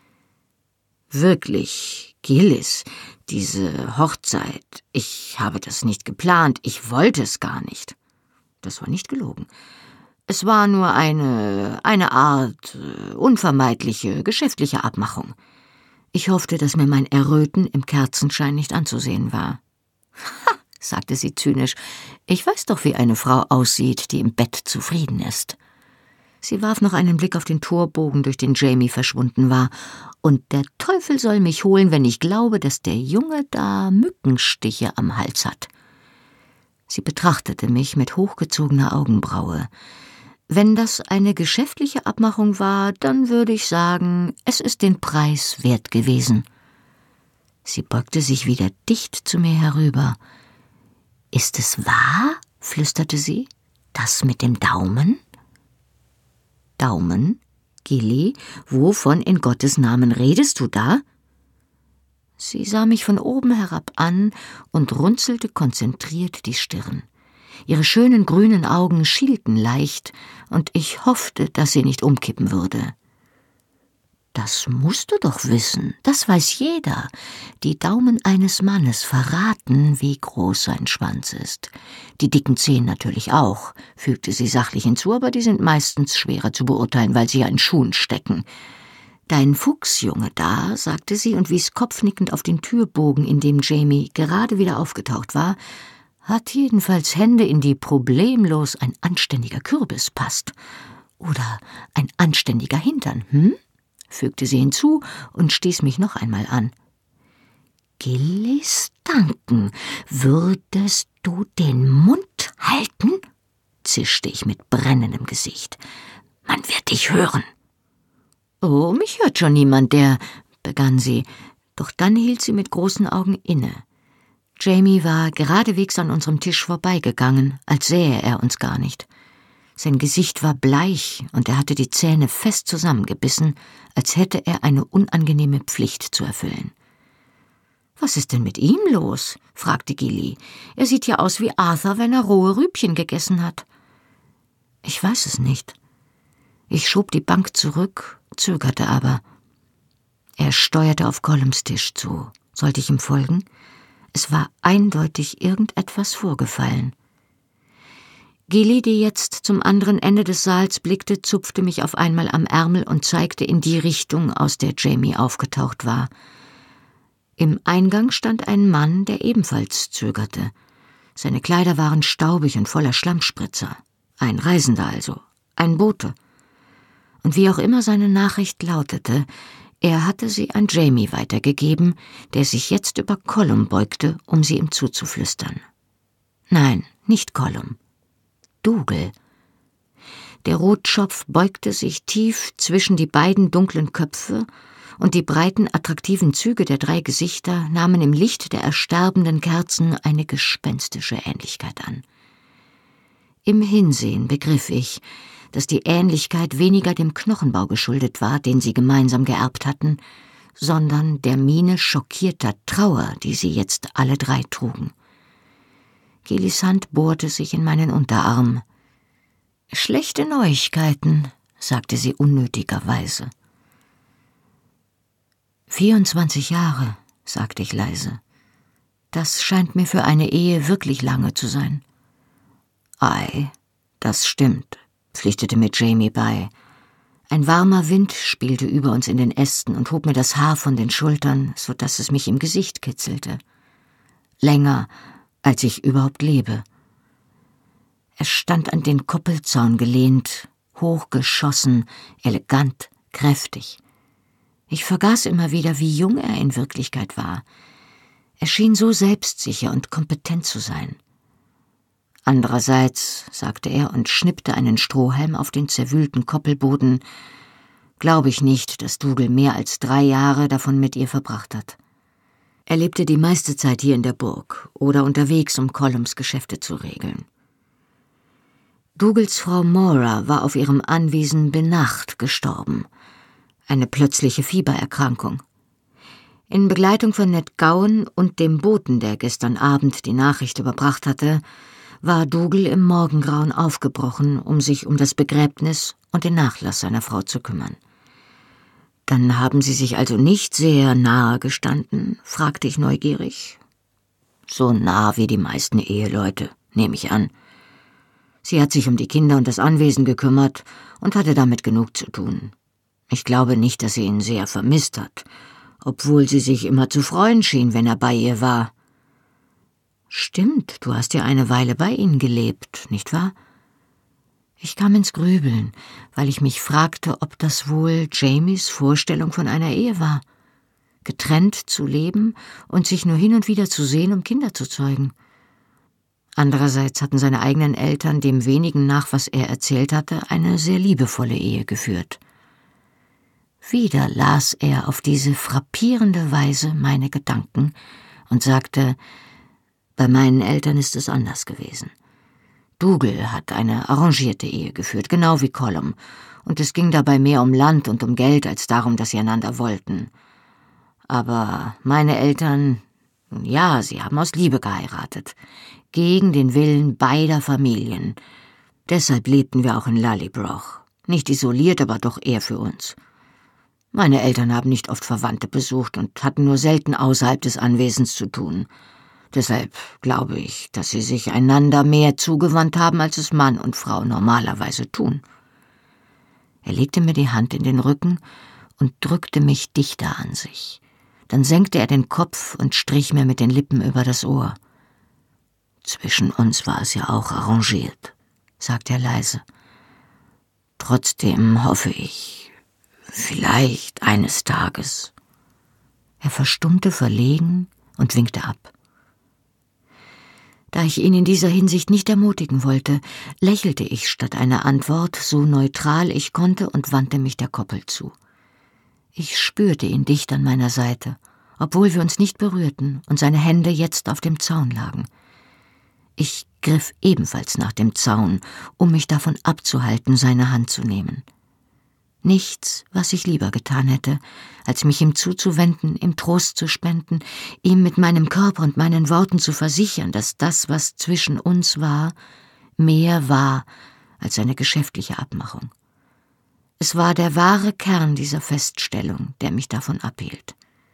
»Wirklich, Gillis, diese Hochzeit, ich habe das nicht geplant, ich wollte es gar nicht.« Das war nicht gelogen. Es war nur eine Art unvermeidliche, geschäftliche Abmachung. Ich hoffte, dass mir mein Erröten im Kerzenschein nicht anzusehen war. »Ha«, sagte sie zynisch, »ich weiß doch, wie eine Frau aussieht, die im Bett zufrieden ist.« Sie warf noch einen Blick auf den Torbogen, durch den Jamie verschwunden war. »Und der Teufel soll mich holen, wenn ich glaube, dass der Junge da Mückenstiche am Hals hat.« Sie betrachtete mich mit hochgezogener Augenbraue. »Wenn das eine geschäftliche Abmachung war, dann würde ich sagen, es ist den Preis wert gewesen.« Sie beugte sich wieder dicht zu mir herüber. »Ist es wahr?« flüsterte sie. »Das mit dem Daumen?« »Daumen? Gilly, wovon in Gottes Namen redest du da?« Sie sah mich von oben herab an und runzelte konzentriert die Stirn. Ihre schönen grünen Augen schielten leicht, und ich hoffte, dass sie nicht umkippen würde. »Das musst du doch wissen, das weiß jeder. Die Daumen eines Mannes verraten, wie groß sein Schwanz ist. Die dicken Zehen natürlich auch«, fügte sie sachlich hinzu, »aber die sind meistens schwerer zu beurteilen, weil sie ja in Schuhen stecken. »Dein Fuchsjunge da«, sagte sie und wies kopfnickend auf den Türbogen, in dem Jamie gerade wieder aufgetaucht war, »hat jedenfalls Hände, in die problemlos ein anständiger Kürbis passt. Oder ein anständiger Hintern, fügte sie hinzu und stieß mich noch einmal an. »Gillis Duncan, würdest du den Mund halten?« zischte ich mit brennendem Gesicht. »Man wird dich hören.« »Oh, mich hört schon niemand, begann sie, doch dann hielt sie mit großen Augen inne. Jamie war geradewegs an unserem Tisch vorbeigegangen, als sähe er uns gar nicht. Sein Gesicht war bleich und er hatte die Zähne fest zusammengebissen, als hätte er eine unangenehme Pflicht zu erfüllen. »Was ist denn mit ihm los?« fragte Gilly. »Er sieht ja aus wie Arthur, wenn er rohe Rübchen gegessen hat.« Ich weiß es nicht. Ich schob die Bank zurück, zögerte aber. Er steuerte auf Colums Tisch zu. Sollte ich ihm folgen? Es war eindeutig irgendetwas vorgefallen. Gilly, die jetzt zum anderen Ende des Saals blickte, zupfte mich auf einmal am Ärmel und zeigte in die Richtung, aus der Jamie aufgetaucht war. Im Eingang stand ein Mann, der ebenfalls zögerte. Seine Kleider waren staubig und voller Schlammspritzer. Ein Reisender also, ein Bote. Und wie auch immer seine Nachricht lautete, er hatte sie an Jamie weitergegeben, der sich jetzt über Colum beugte, um sie ihm zuzuflüstern. Nein, nicht Colum. Dougal. Der Rotschopf beugte sich tief zwischen die beiden dunklen Köpfe, und die breiten, attraktiven Züge der 3 Gesichter nahmen im Licht der ersterbenden Kerzen eine gespenstische Ähnlichkeit an. Im Hinsehen begriff ich, dass die Ähnlichkeit weniger dem Knochenbau geschuldet war, den sie gemeinsam geerbt hatten, sondern der Miene schockierter Trauer, die sie jetzt alle 3 trugen. Gillys Hand bohrte sich in meinen Unterarm. »Schlechte Neuigkeiten«, sagte sie unnötigerweise. 24 Jahre, sagte ich leise. Das scheint mir für eine Ehe wirklich lange zu sein. »Ei, das stimmt«, pflichtete mir Jamie bei. Ein warmer Wind spielte über uns in den Ästen und hob mir das Haar von den Schultern, so dass es mich im Gesicht kitzelte. Länger, als ich überhaupt lebe. Er stand an den Koppelzaun gelehnt, hochgeschossen, elegant, kräftig. Ich vergaß immer wieder, wie jung er in Wirklichkeit war. Er schien so selbstsicher und kompetent zu sein. Andererseits, sagte er und schnippte einen Strohhalm auf den zerwühlten Koppelboden, glaube ich nicht, dass Dougal mehr als 3 Jahre davon mit ihr verbracht hat. Er lebte die meiste Zeit hier in der Burg oder unterwegs, um Colums Geschäfte zu regeln. Dougals Frau Maura war auf ihrem Anwesen Benacht gestorben. Eine plötzliche Fiebererkrankung. In Begleitung von Ned Gowan und dem Boten, der gestern Abend die Nachricht überbracht hatte, war Dougal im Morgengrauen aufgebrochen, um sich um das Begräbnis und den Nachlass seiner Frau zu kümmern. »Dann haben Sie sich also nicht sehr nahe gestanden?« fragte ich neugierig. »So nah wie die meisten Eheleute, nehme ich an. Sie hat sich um die Kinder und das Anwesen gekümmert und hatte damit genug zu tun. Ich glaube nicht, dass sie ihn sehr vermisst hat, obwohl sie sich immer zu freuen schien, wenn er bei ihr war.« »Stimmt, du hast ja eine Weile bei ihnen gelebt, nicht wahr?« Ich kam ins Grübeln, weil ich mich fragte, ob das wohl Jamies Vorstellung von einer Ehe war. Getrennt zu leben und sich nur hin und wieder zu sehen, um Kinder zu zeugen. Andererseits hatten seine eigenen Eltern dem wenigen nach, was er erzählt hatte, eine sehr liebevolle Ehe geführt. Wieder las er auf diese frappierende Weise meine Gedanken und sagte, bei meinen Eltern ist es anders gewesen. Dougal hat eine arrangierte Ehe geführt, genau wie Colum, und es ging dabei mehr um Land und um Geld, als darum, dass sie einander wollten. Aber meine Eltern, ja, sie haben aus Liebe geheiratet, gegen den Willen beider Familien. Deshalb lebten wir auch in Lallybroch, nicht isoliert, aber doch eher für uns. Meine Eltern haben nicht oft Verwandte besucht und hatten nur selten außerhalb des Anwesens zu tun. Deshalb glaube ich, dass sie sich einander mehr zugewandt haben, als es Mann und Frau normalerweise tun. Er legte mir die Hand in den Rücken und drückte mich dichter an sich. Dann senkte er den Kopf und strich mir mit den Lippen über das Ohr. »Zwischen uns war es ja auch arrangiert«, sagte er leise. »Trotzdem hoffe ich, vielleicht eines Tages.« Er verstummte verlegen und winkte ab. Da ich ihn in dieser Hinsicht nicht ermutigen wollte, lächelte ich statt einer Antwort, so neutral ich konnte, und wandte mich der Koppel zu. Ich spürte ihn dicht an meiner Seite, obwohl wir uns nicht berührten und seine Hände jetzt auf dem Zaun lagen. Ich griff ebenfalls nach dem Zaun, um mich davon abzuhalten, seine Hand zu nehmen. Nichts, was ich lieber getan hätte, als mich ihm zuzuwenden, ihm Trost zu spenden, ihm mit meinem Körper und meinen Worten zu versichern, dass das, was zwischen uns war, mehr war, als eine geschäftliche Abmachung. Es war der wahre Kern dieser Feststellung, der mich davon abhielt.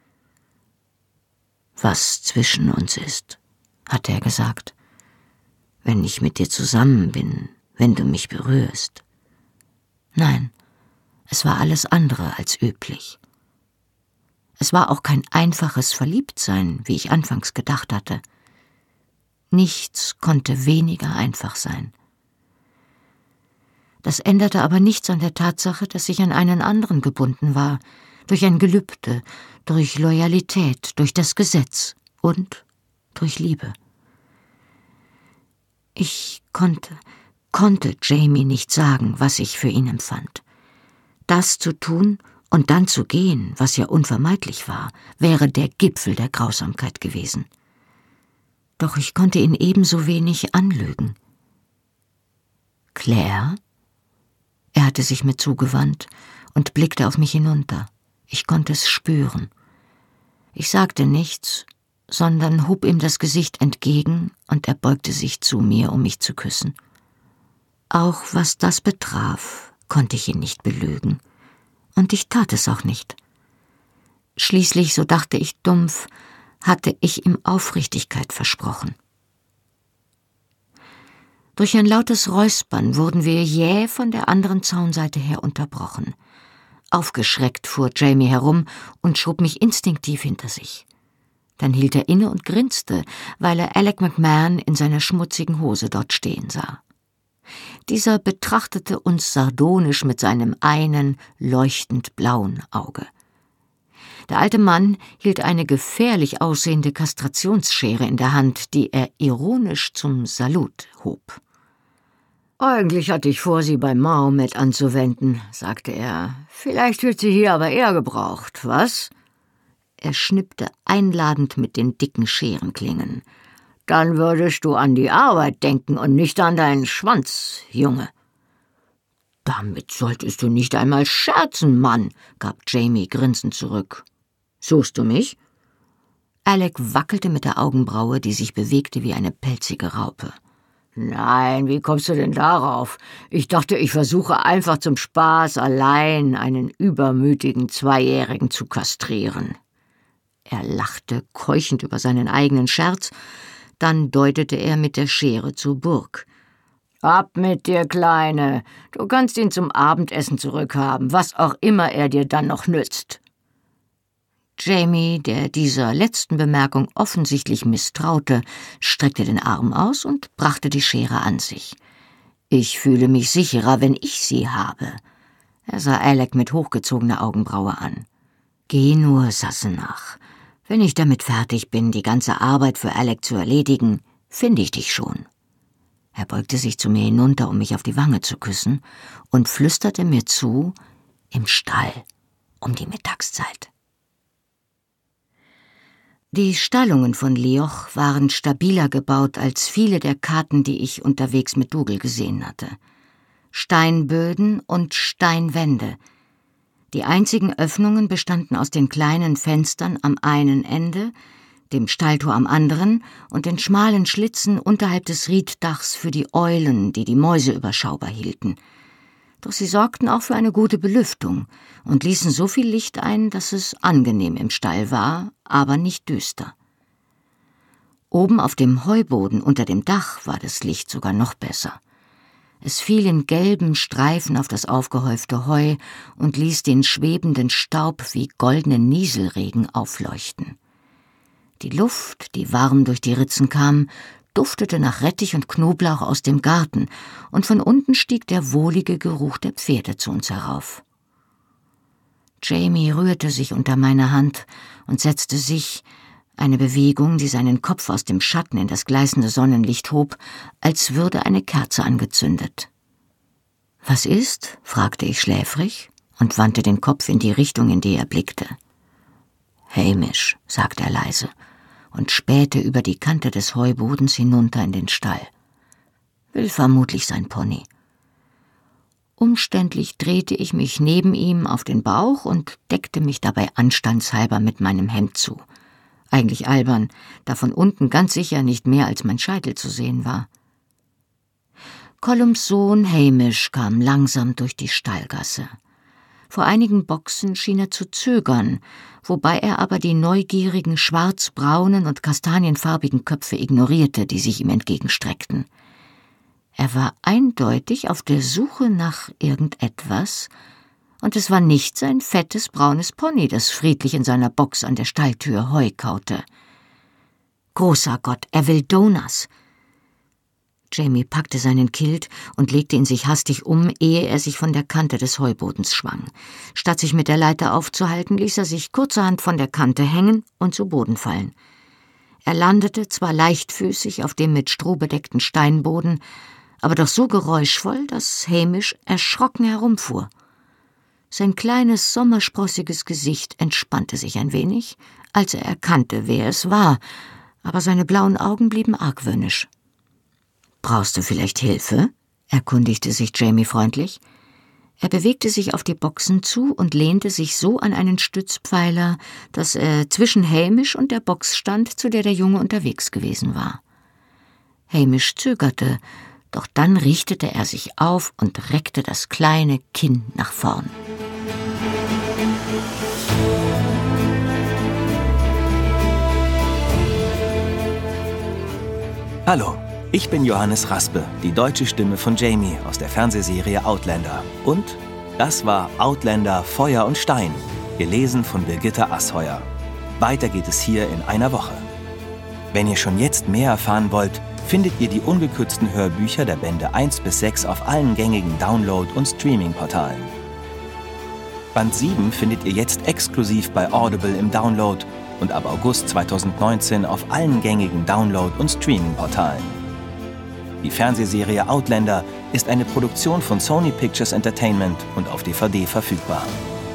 »Was zwischen uns ist«, hatte er gesagt, »wenn ich mit dir zusammen bin, wenn du mich berührst.« Nein, es war alles andere als üblich. Es war auch kein einfaches Verliebtsein, wie ich anfangs gedacht hatte. Nichts konnte weniger einfach sein. Das änderte aber nichts an der Tatsache, dass ich an einen anderen gebunden war, durch ein Gelübde, durch Loyalität, durch das Gesetz und durch Liebe. Ich konnte Jamie nicht sagen, was ich für ihn empfand. Das zu tun und dann zu gehen, was ja unvermeidlich war, wäre der Gipfel der Grausamkeit gewesen. Doch ich konnte ihn ebenso wenig anlügen. »Claire?« Er hatte sich mir zugewandt und blickte auf mich hinunter. Ich konnte es spüren. Ich sagte nichts, sondern hob ihm das Gesicht entgegen und er beugte sich zu mir, um mich zu küssen. Auch was das betraf, konnte ich ihn nicht belügen. Und ich tat es auch nicht. Schließlich, so dachte ich dumpf, hatte ich ihm Aufrichtigkeit versprochen. Durch ein lautes Räuspern wurden wir jäh von der anderen Zaunseite her unterbrochen. Aufgeschreckt fuhr Jamie herum und schob mich instinktiv hinter sich. Dann hielt er inne und grinste, weil er Alec McMahon in seiner schmutzigen Hose dort stehen sah. Dieser betrachtete uns sardonisch mit seinem einen, leuchtend blauen Auge. Der alte Mann hielt eine gefährlich aussehende Kastrationsschere in der Hand, die er ironisch zum Salut hob. »Eigentlich hatte ich vor, sie bei Mahomet anzuwenden«, sagte er. »Vielleicht wird sie hier aber eher gebraucht, was?« Er schnippte einladend mit den dicken Scherenklingen. »Dann würdest du an die Arbeit denken und nicht an deinen Schwanz, Junge.« »Damit solltest du nicht einmal scherzen, Mann«, gab Jamie grinsend zurück. »Suchst du mich?« Alec wackelte mit der Augenbraue, die sich bewegte wie eine pelzige Raupe. »Nein, wie kommst du denn darauf? Ich dachte, ich versuche einfach zum Spaß allein einen übermütigen Zweijährigen zu kastrieren.« Er lachte keuchend über seinen eigenen Scherz, dann deutete er mit der Schere zur Burg. »Ab mit dir, Kleine, du kannst ihn zum Abendessen zurückhaben, was auch immer er dir dann noch nützt.« Jamie, der dieser letzten Bemerkung offensichtlich misstraute, streckte den Arm aus und brachte die Schere an sich. »Ich fühle mich sicherer, wenn ich sie habe.« Er sah Alec mit hochgezogener Augenbraue an. »Geh nur, Sassenach. Wenn ich damit fertig bin, die ganze Arbeit für Alec zu erledigen, finde ich dich schon.« Er beugte sich zu mir hinunter, um mich auf die Wange zu küssen, und flüsterte mir zu, im Stall, um die Mittagszeit. Die Stallungen von Lioch waren stabiler gebaut als viele der Karten, die ich unterwegs mit Dougal gesehen hatte. Steinböden und Steinwände. Die einzigen Öffnungen bestanden aus den kleinen Fenstern am einen Ende, dem Stalltor am anderen und den schmalen Schlitzen unterhalb des Rieddachs für die Eulen, die die Mäuse überschaubar hielten. Doch sie sorgten auch für eine gute Belüftung und ließen so viel Licht ein, dass es angenehm im Stall war, aber nicht düster. Oben auf dem Heuboden unter dem Dach war das Licht sogar noch besser. Es fiel in gelben Streifen auf das aufgehäufte Heu und ließ den schwebenden Staub wie goldenen Nieselregen aufleuchten. Die Luft, die warm durch die Ritzen kam, duftete nach Rettich und Knoblauch aus dem Garten, und von unten stieg der wohlige Geruch der Pferde zu uns herauf. Jamie rührte sich unter meiner Hand und setzte sich, eine Bewegung, die seinen Kopf aus dem Schatten in das gleißende Sonnenlicht hob, als würde eine Kerze angezündet. »Was ist?« fragte ich schläfrig und wandte den Kopf in die Richtung, in die er blickte. »Hamish«, sagte er leise und spähte über die Kante des Heubodens hinunter in den Stall. »Will vermutlich sein Pony.« Umständlich drehte ich mich neben ihm auf den Bauch und deckte mich dabei anstandshalber mit meinem Hemd zu. Eigentlich albern, da von unten ganz sicher nicht mehr als mein Scheitel zu sehen war. Colums Sohn Hamish kam langsam durch die Stallgasse. Vor einigen Boxen schien er zu zögern, wobei er aber die neugierigen schwarzbraunen und kastanienfarbigen Köpfe ignorierte, die sich ihm entgegenstreckten. Er war eindeutig auf der Suche nach irgendetwas, und es war nicht sein fettes, braunes Pony, das friedlich in seiner Box an der Stalltür Heu kaute. Großer Gott, er will Donas! Jamie packte seinen Kilt und legte ihn sich hastig um, ehe er sich von der Kante des Heubodens schwang. Statt sich mit der Leiter aufzuhalten, ließ er sich kurzerhand von der Kante hängen und zu Boden fallen. Er landete zwar leichtfüßig auf dem mit Stroh bedeckten Steinboden, aber doch so geräuschvoll, dass Hamish erschrocken herumfuhr. Sein kleines, sommersprossiges Gesicht entspannte sich ein wenig, als er erkannte, wer es war, aber seine blauen Augen blieben argwöhnisch. »Brauchst du vielleicht Hilfe?« erkundigte sich Jamie freundlich. Er bewegte sich auf die Boxen zu und lehnte sich so an einen Stützpfeiler, dass er zwischen Hamish und der Box stand, zu der Junge unterwegs gewesen war. Hamish zögerte, doch dann richtete er sich auf und reckte das kleine Kinn nach vorn. Hallo, ich bin Johannes Raspe, die deutsche Stimme von Jamie aus der Fernsehserie Outlander. Und das war Outlander Feuer und Stein, gelesen von Birgitta Asheuer. Weiter geht es hier in einer Woche. Wenn ihr schon jetzt mehr erfahren wollt, findet ihr die ungekürzten Hörbücher der Bände 1-6 auf allen gängigen Download- und Streaming-Portalen. Band 7 findet ihr jetzt exklusiv bei Audible im Download und ab August 2019 auf allen gängigen Download- und Streaming-Portalen. Die Fernsehserie Outlander ist eine Produktion von Sony Pictures Entertainment und auf DVD verfügbar.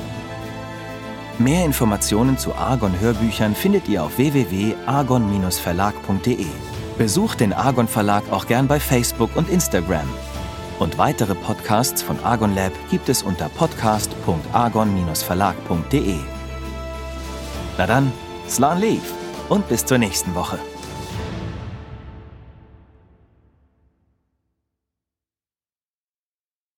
Mehr Informationen zu Argon-Hörbüchern findet ihr auf www.argon-verlag.de. Besucht den Argon Verlag auch gern bei Facebook und Instagram. Und weitere Podcasts von Argon Lab gibt es unter podcast.argon-verlag.de. Na dann, Slán Lív und bis zur nächsten Woche.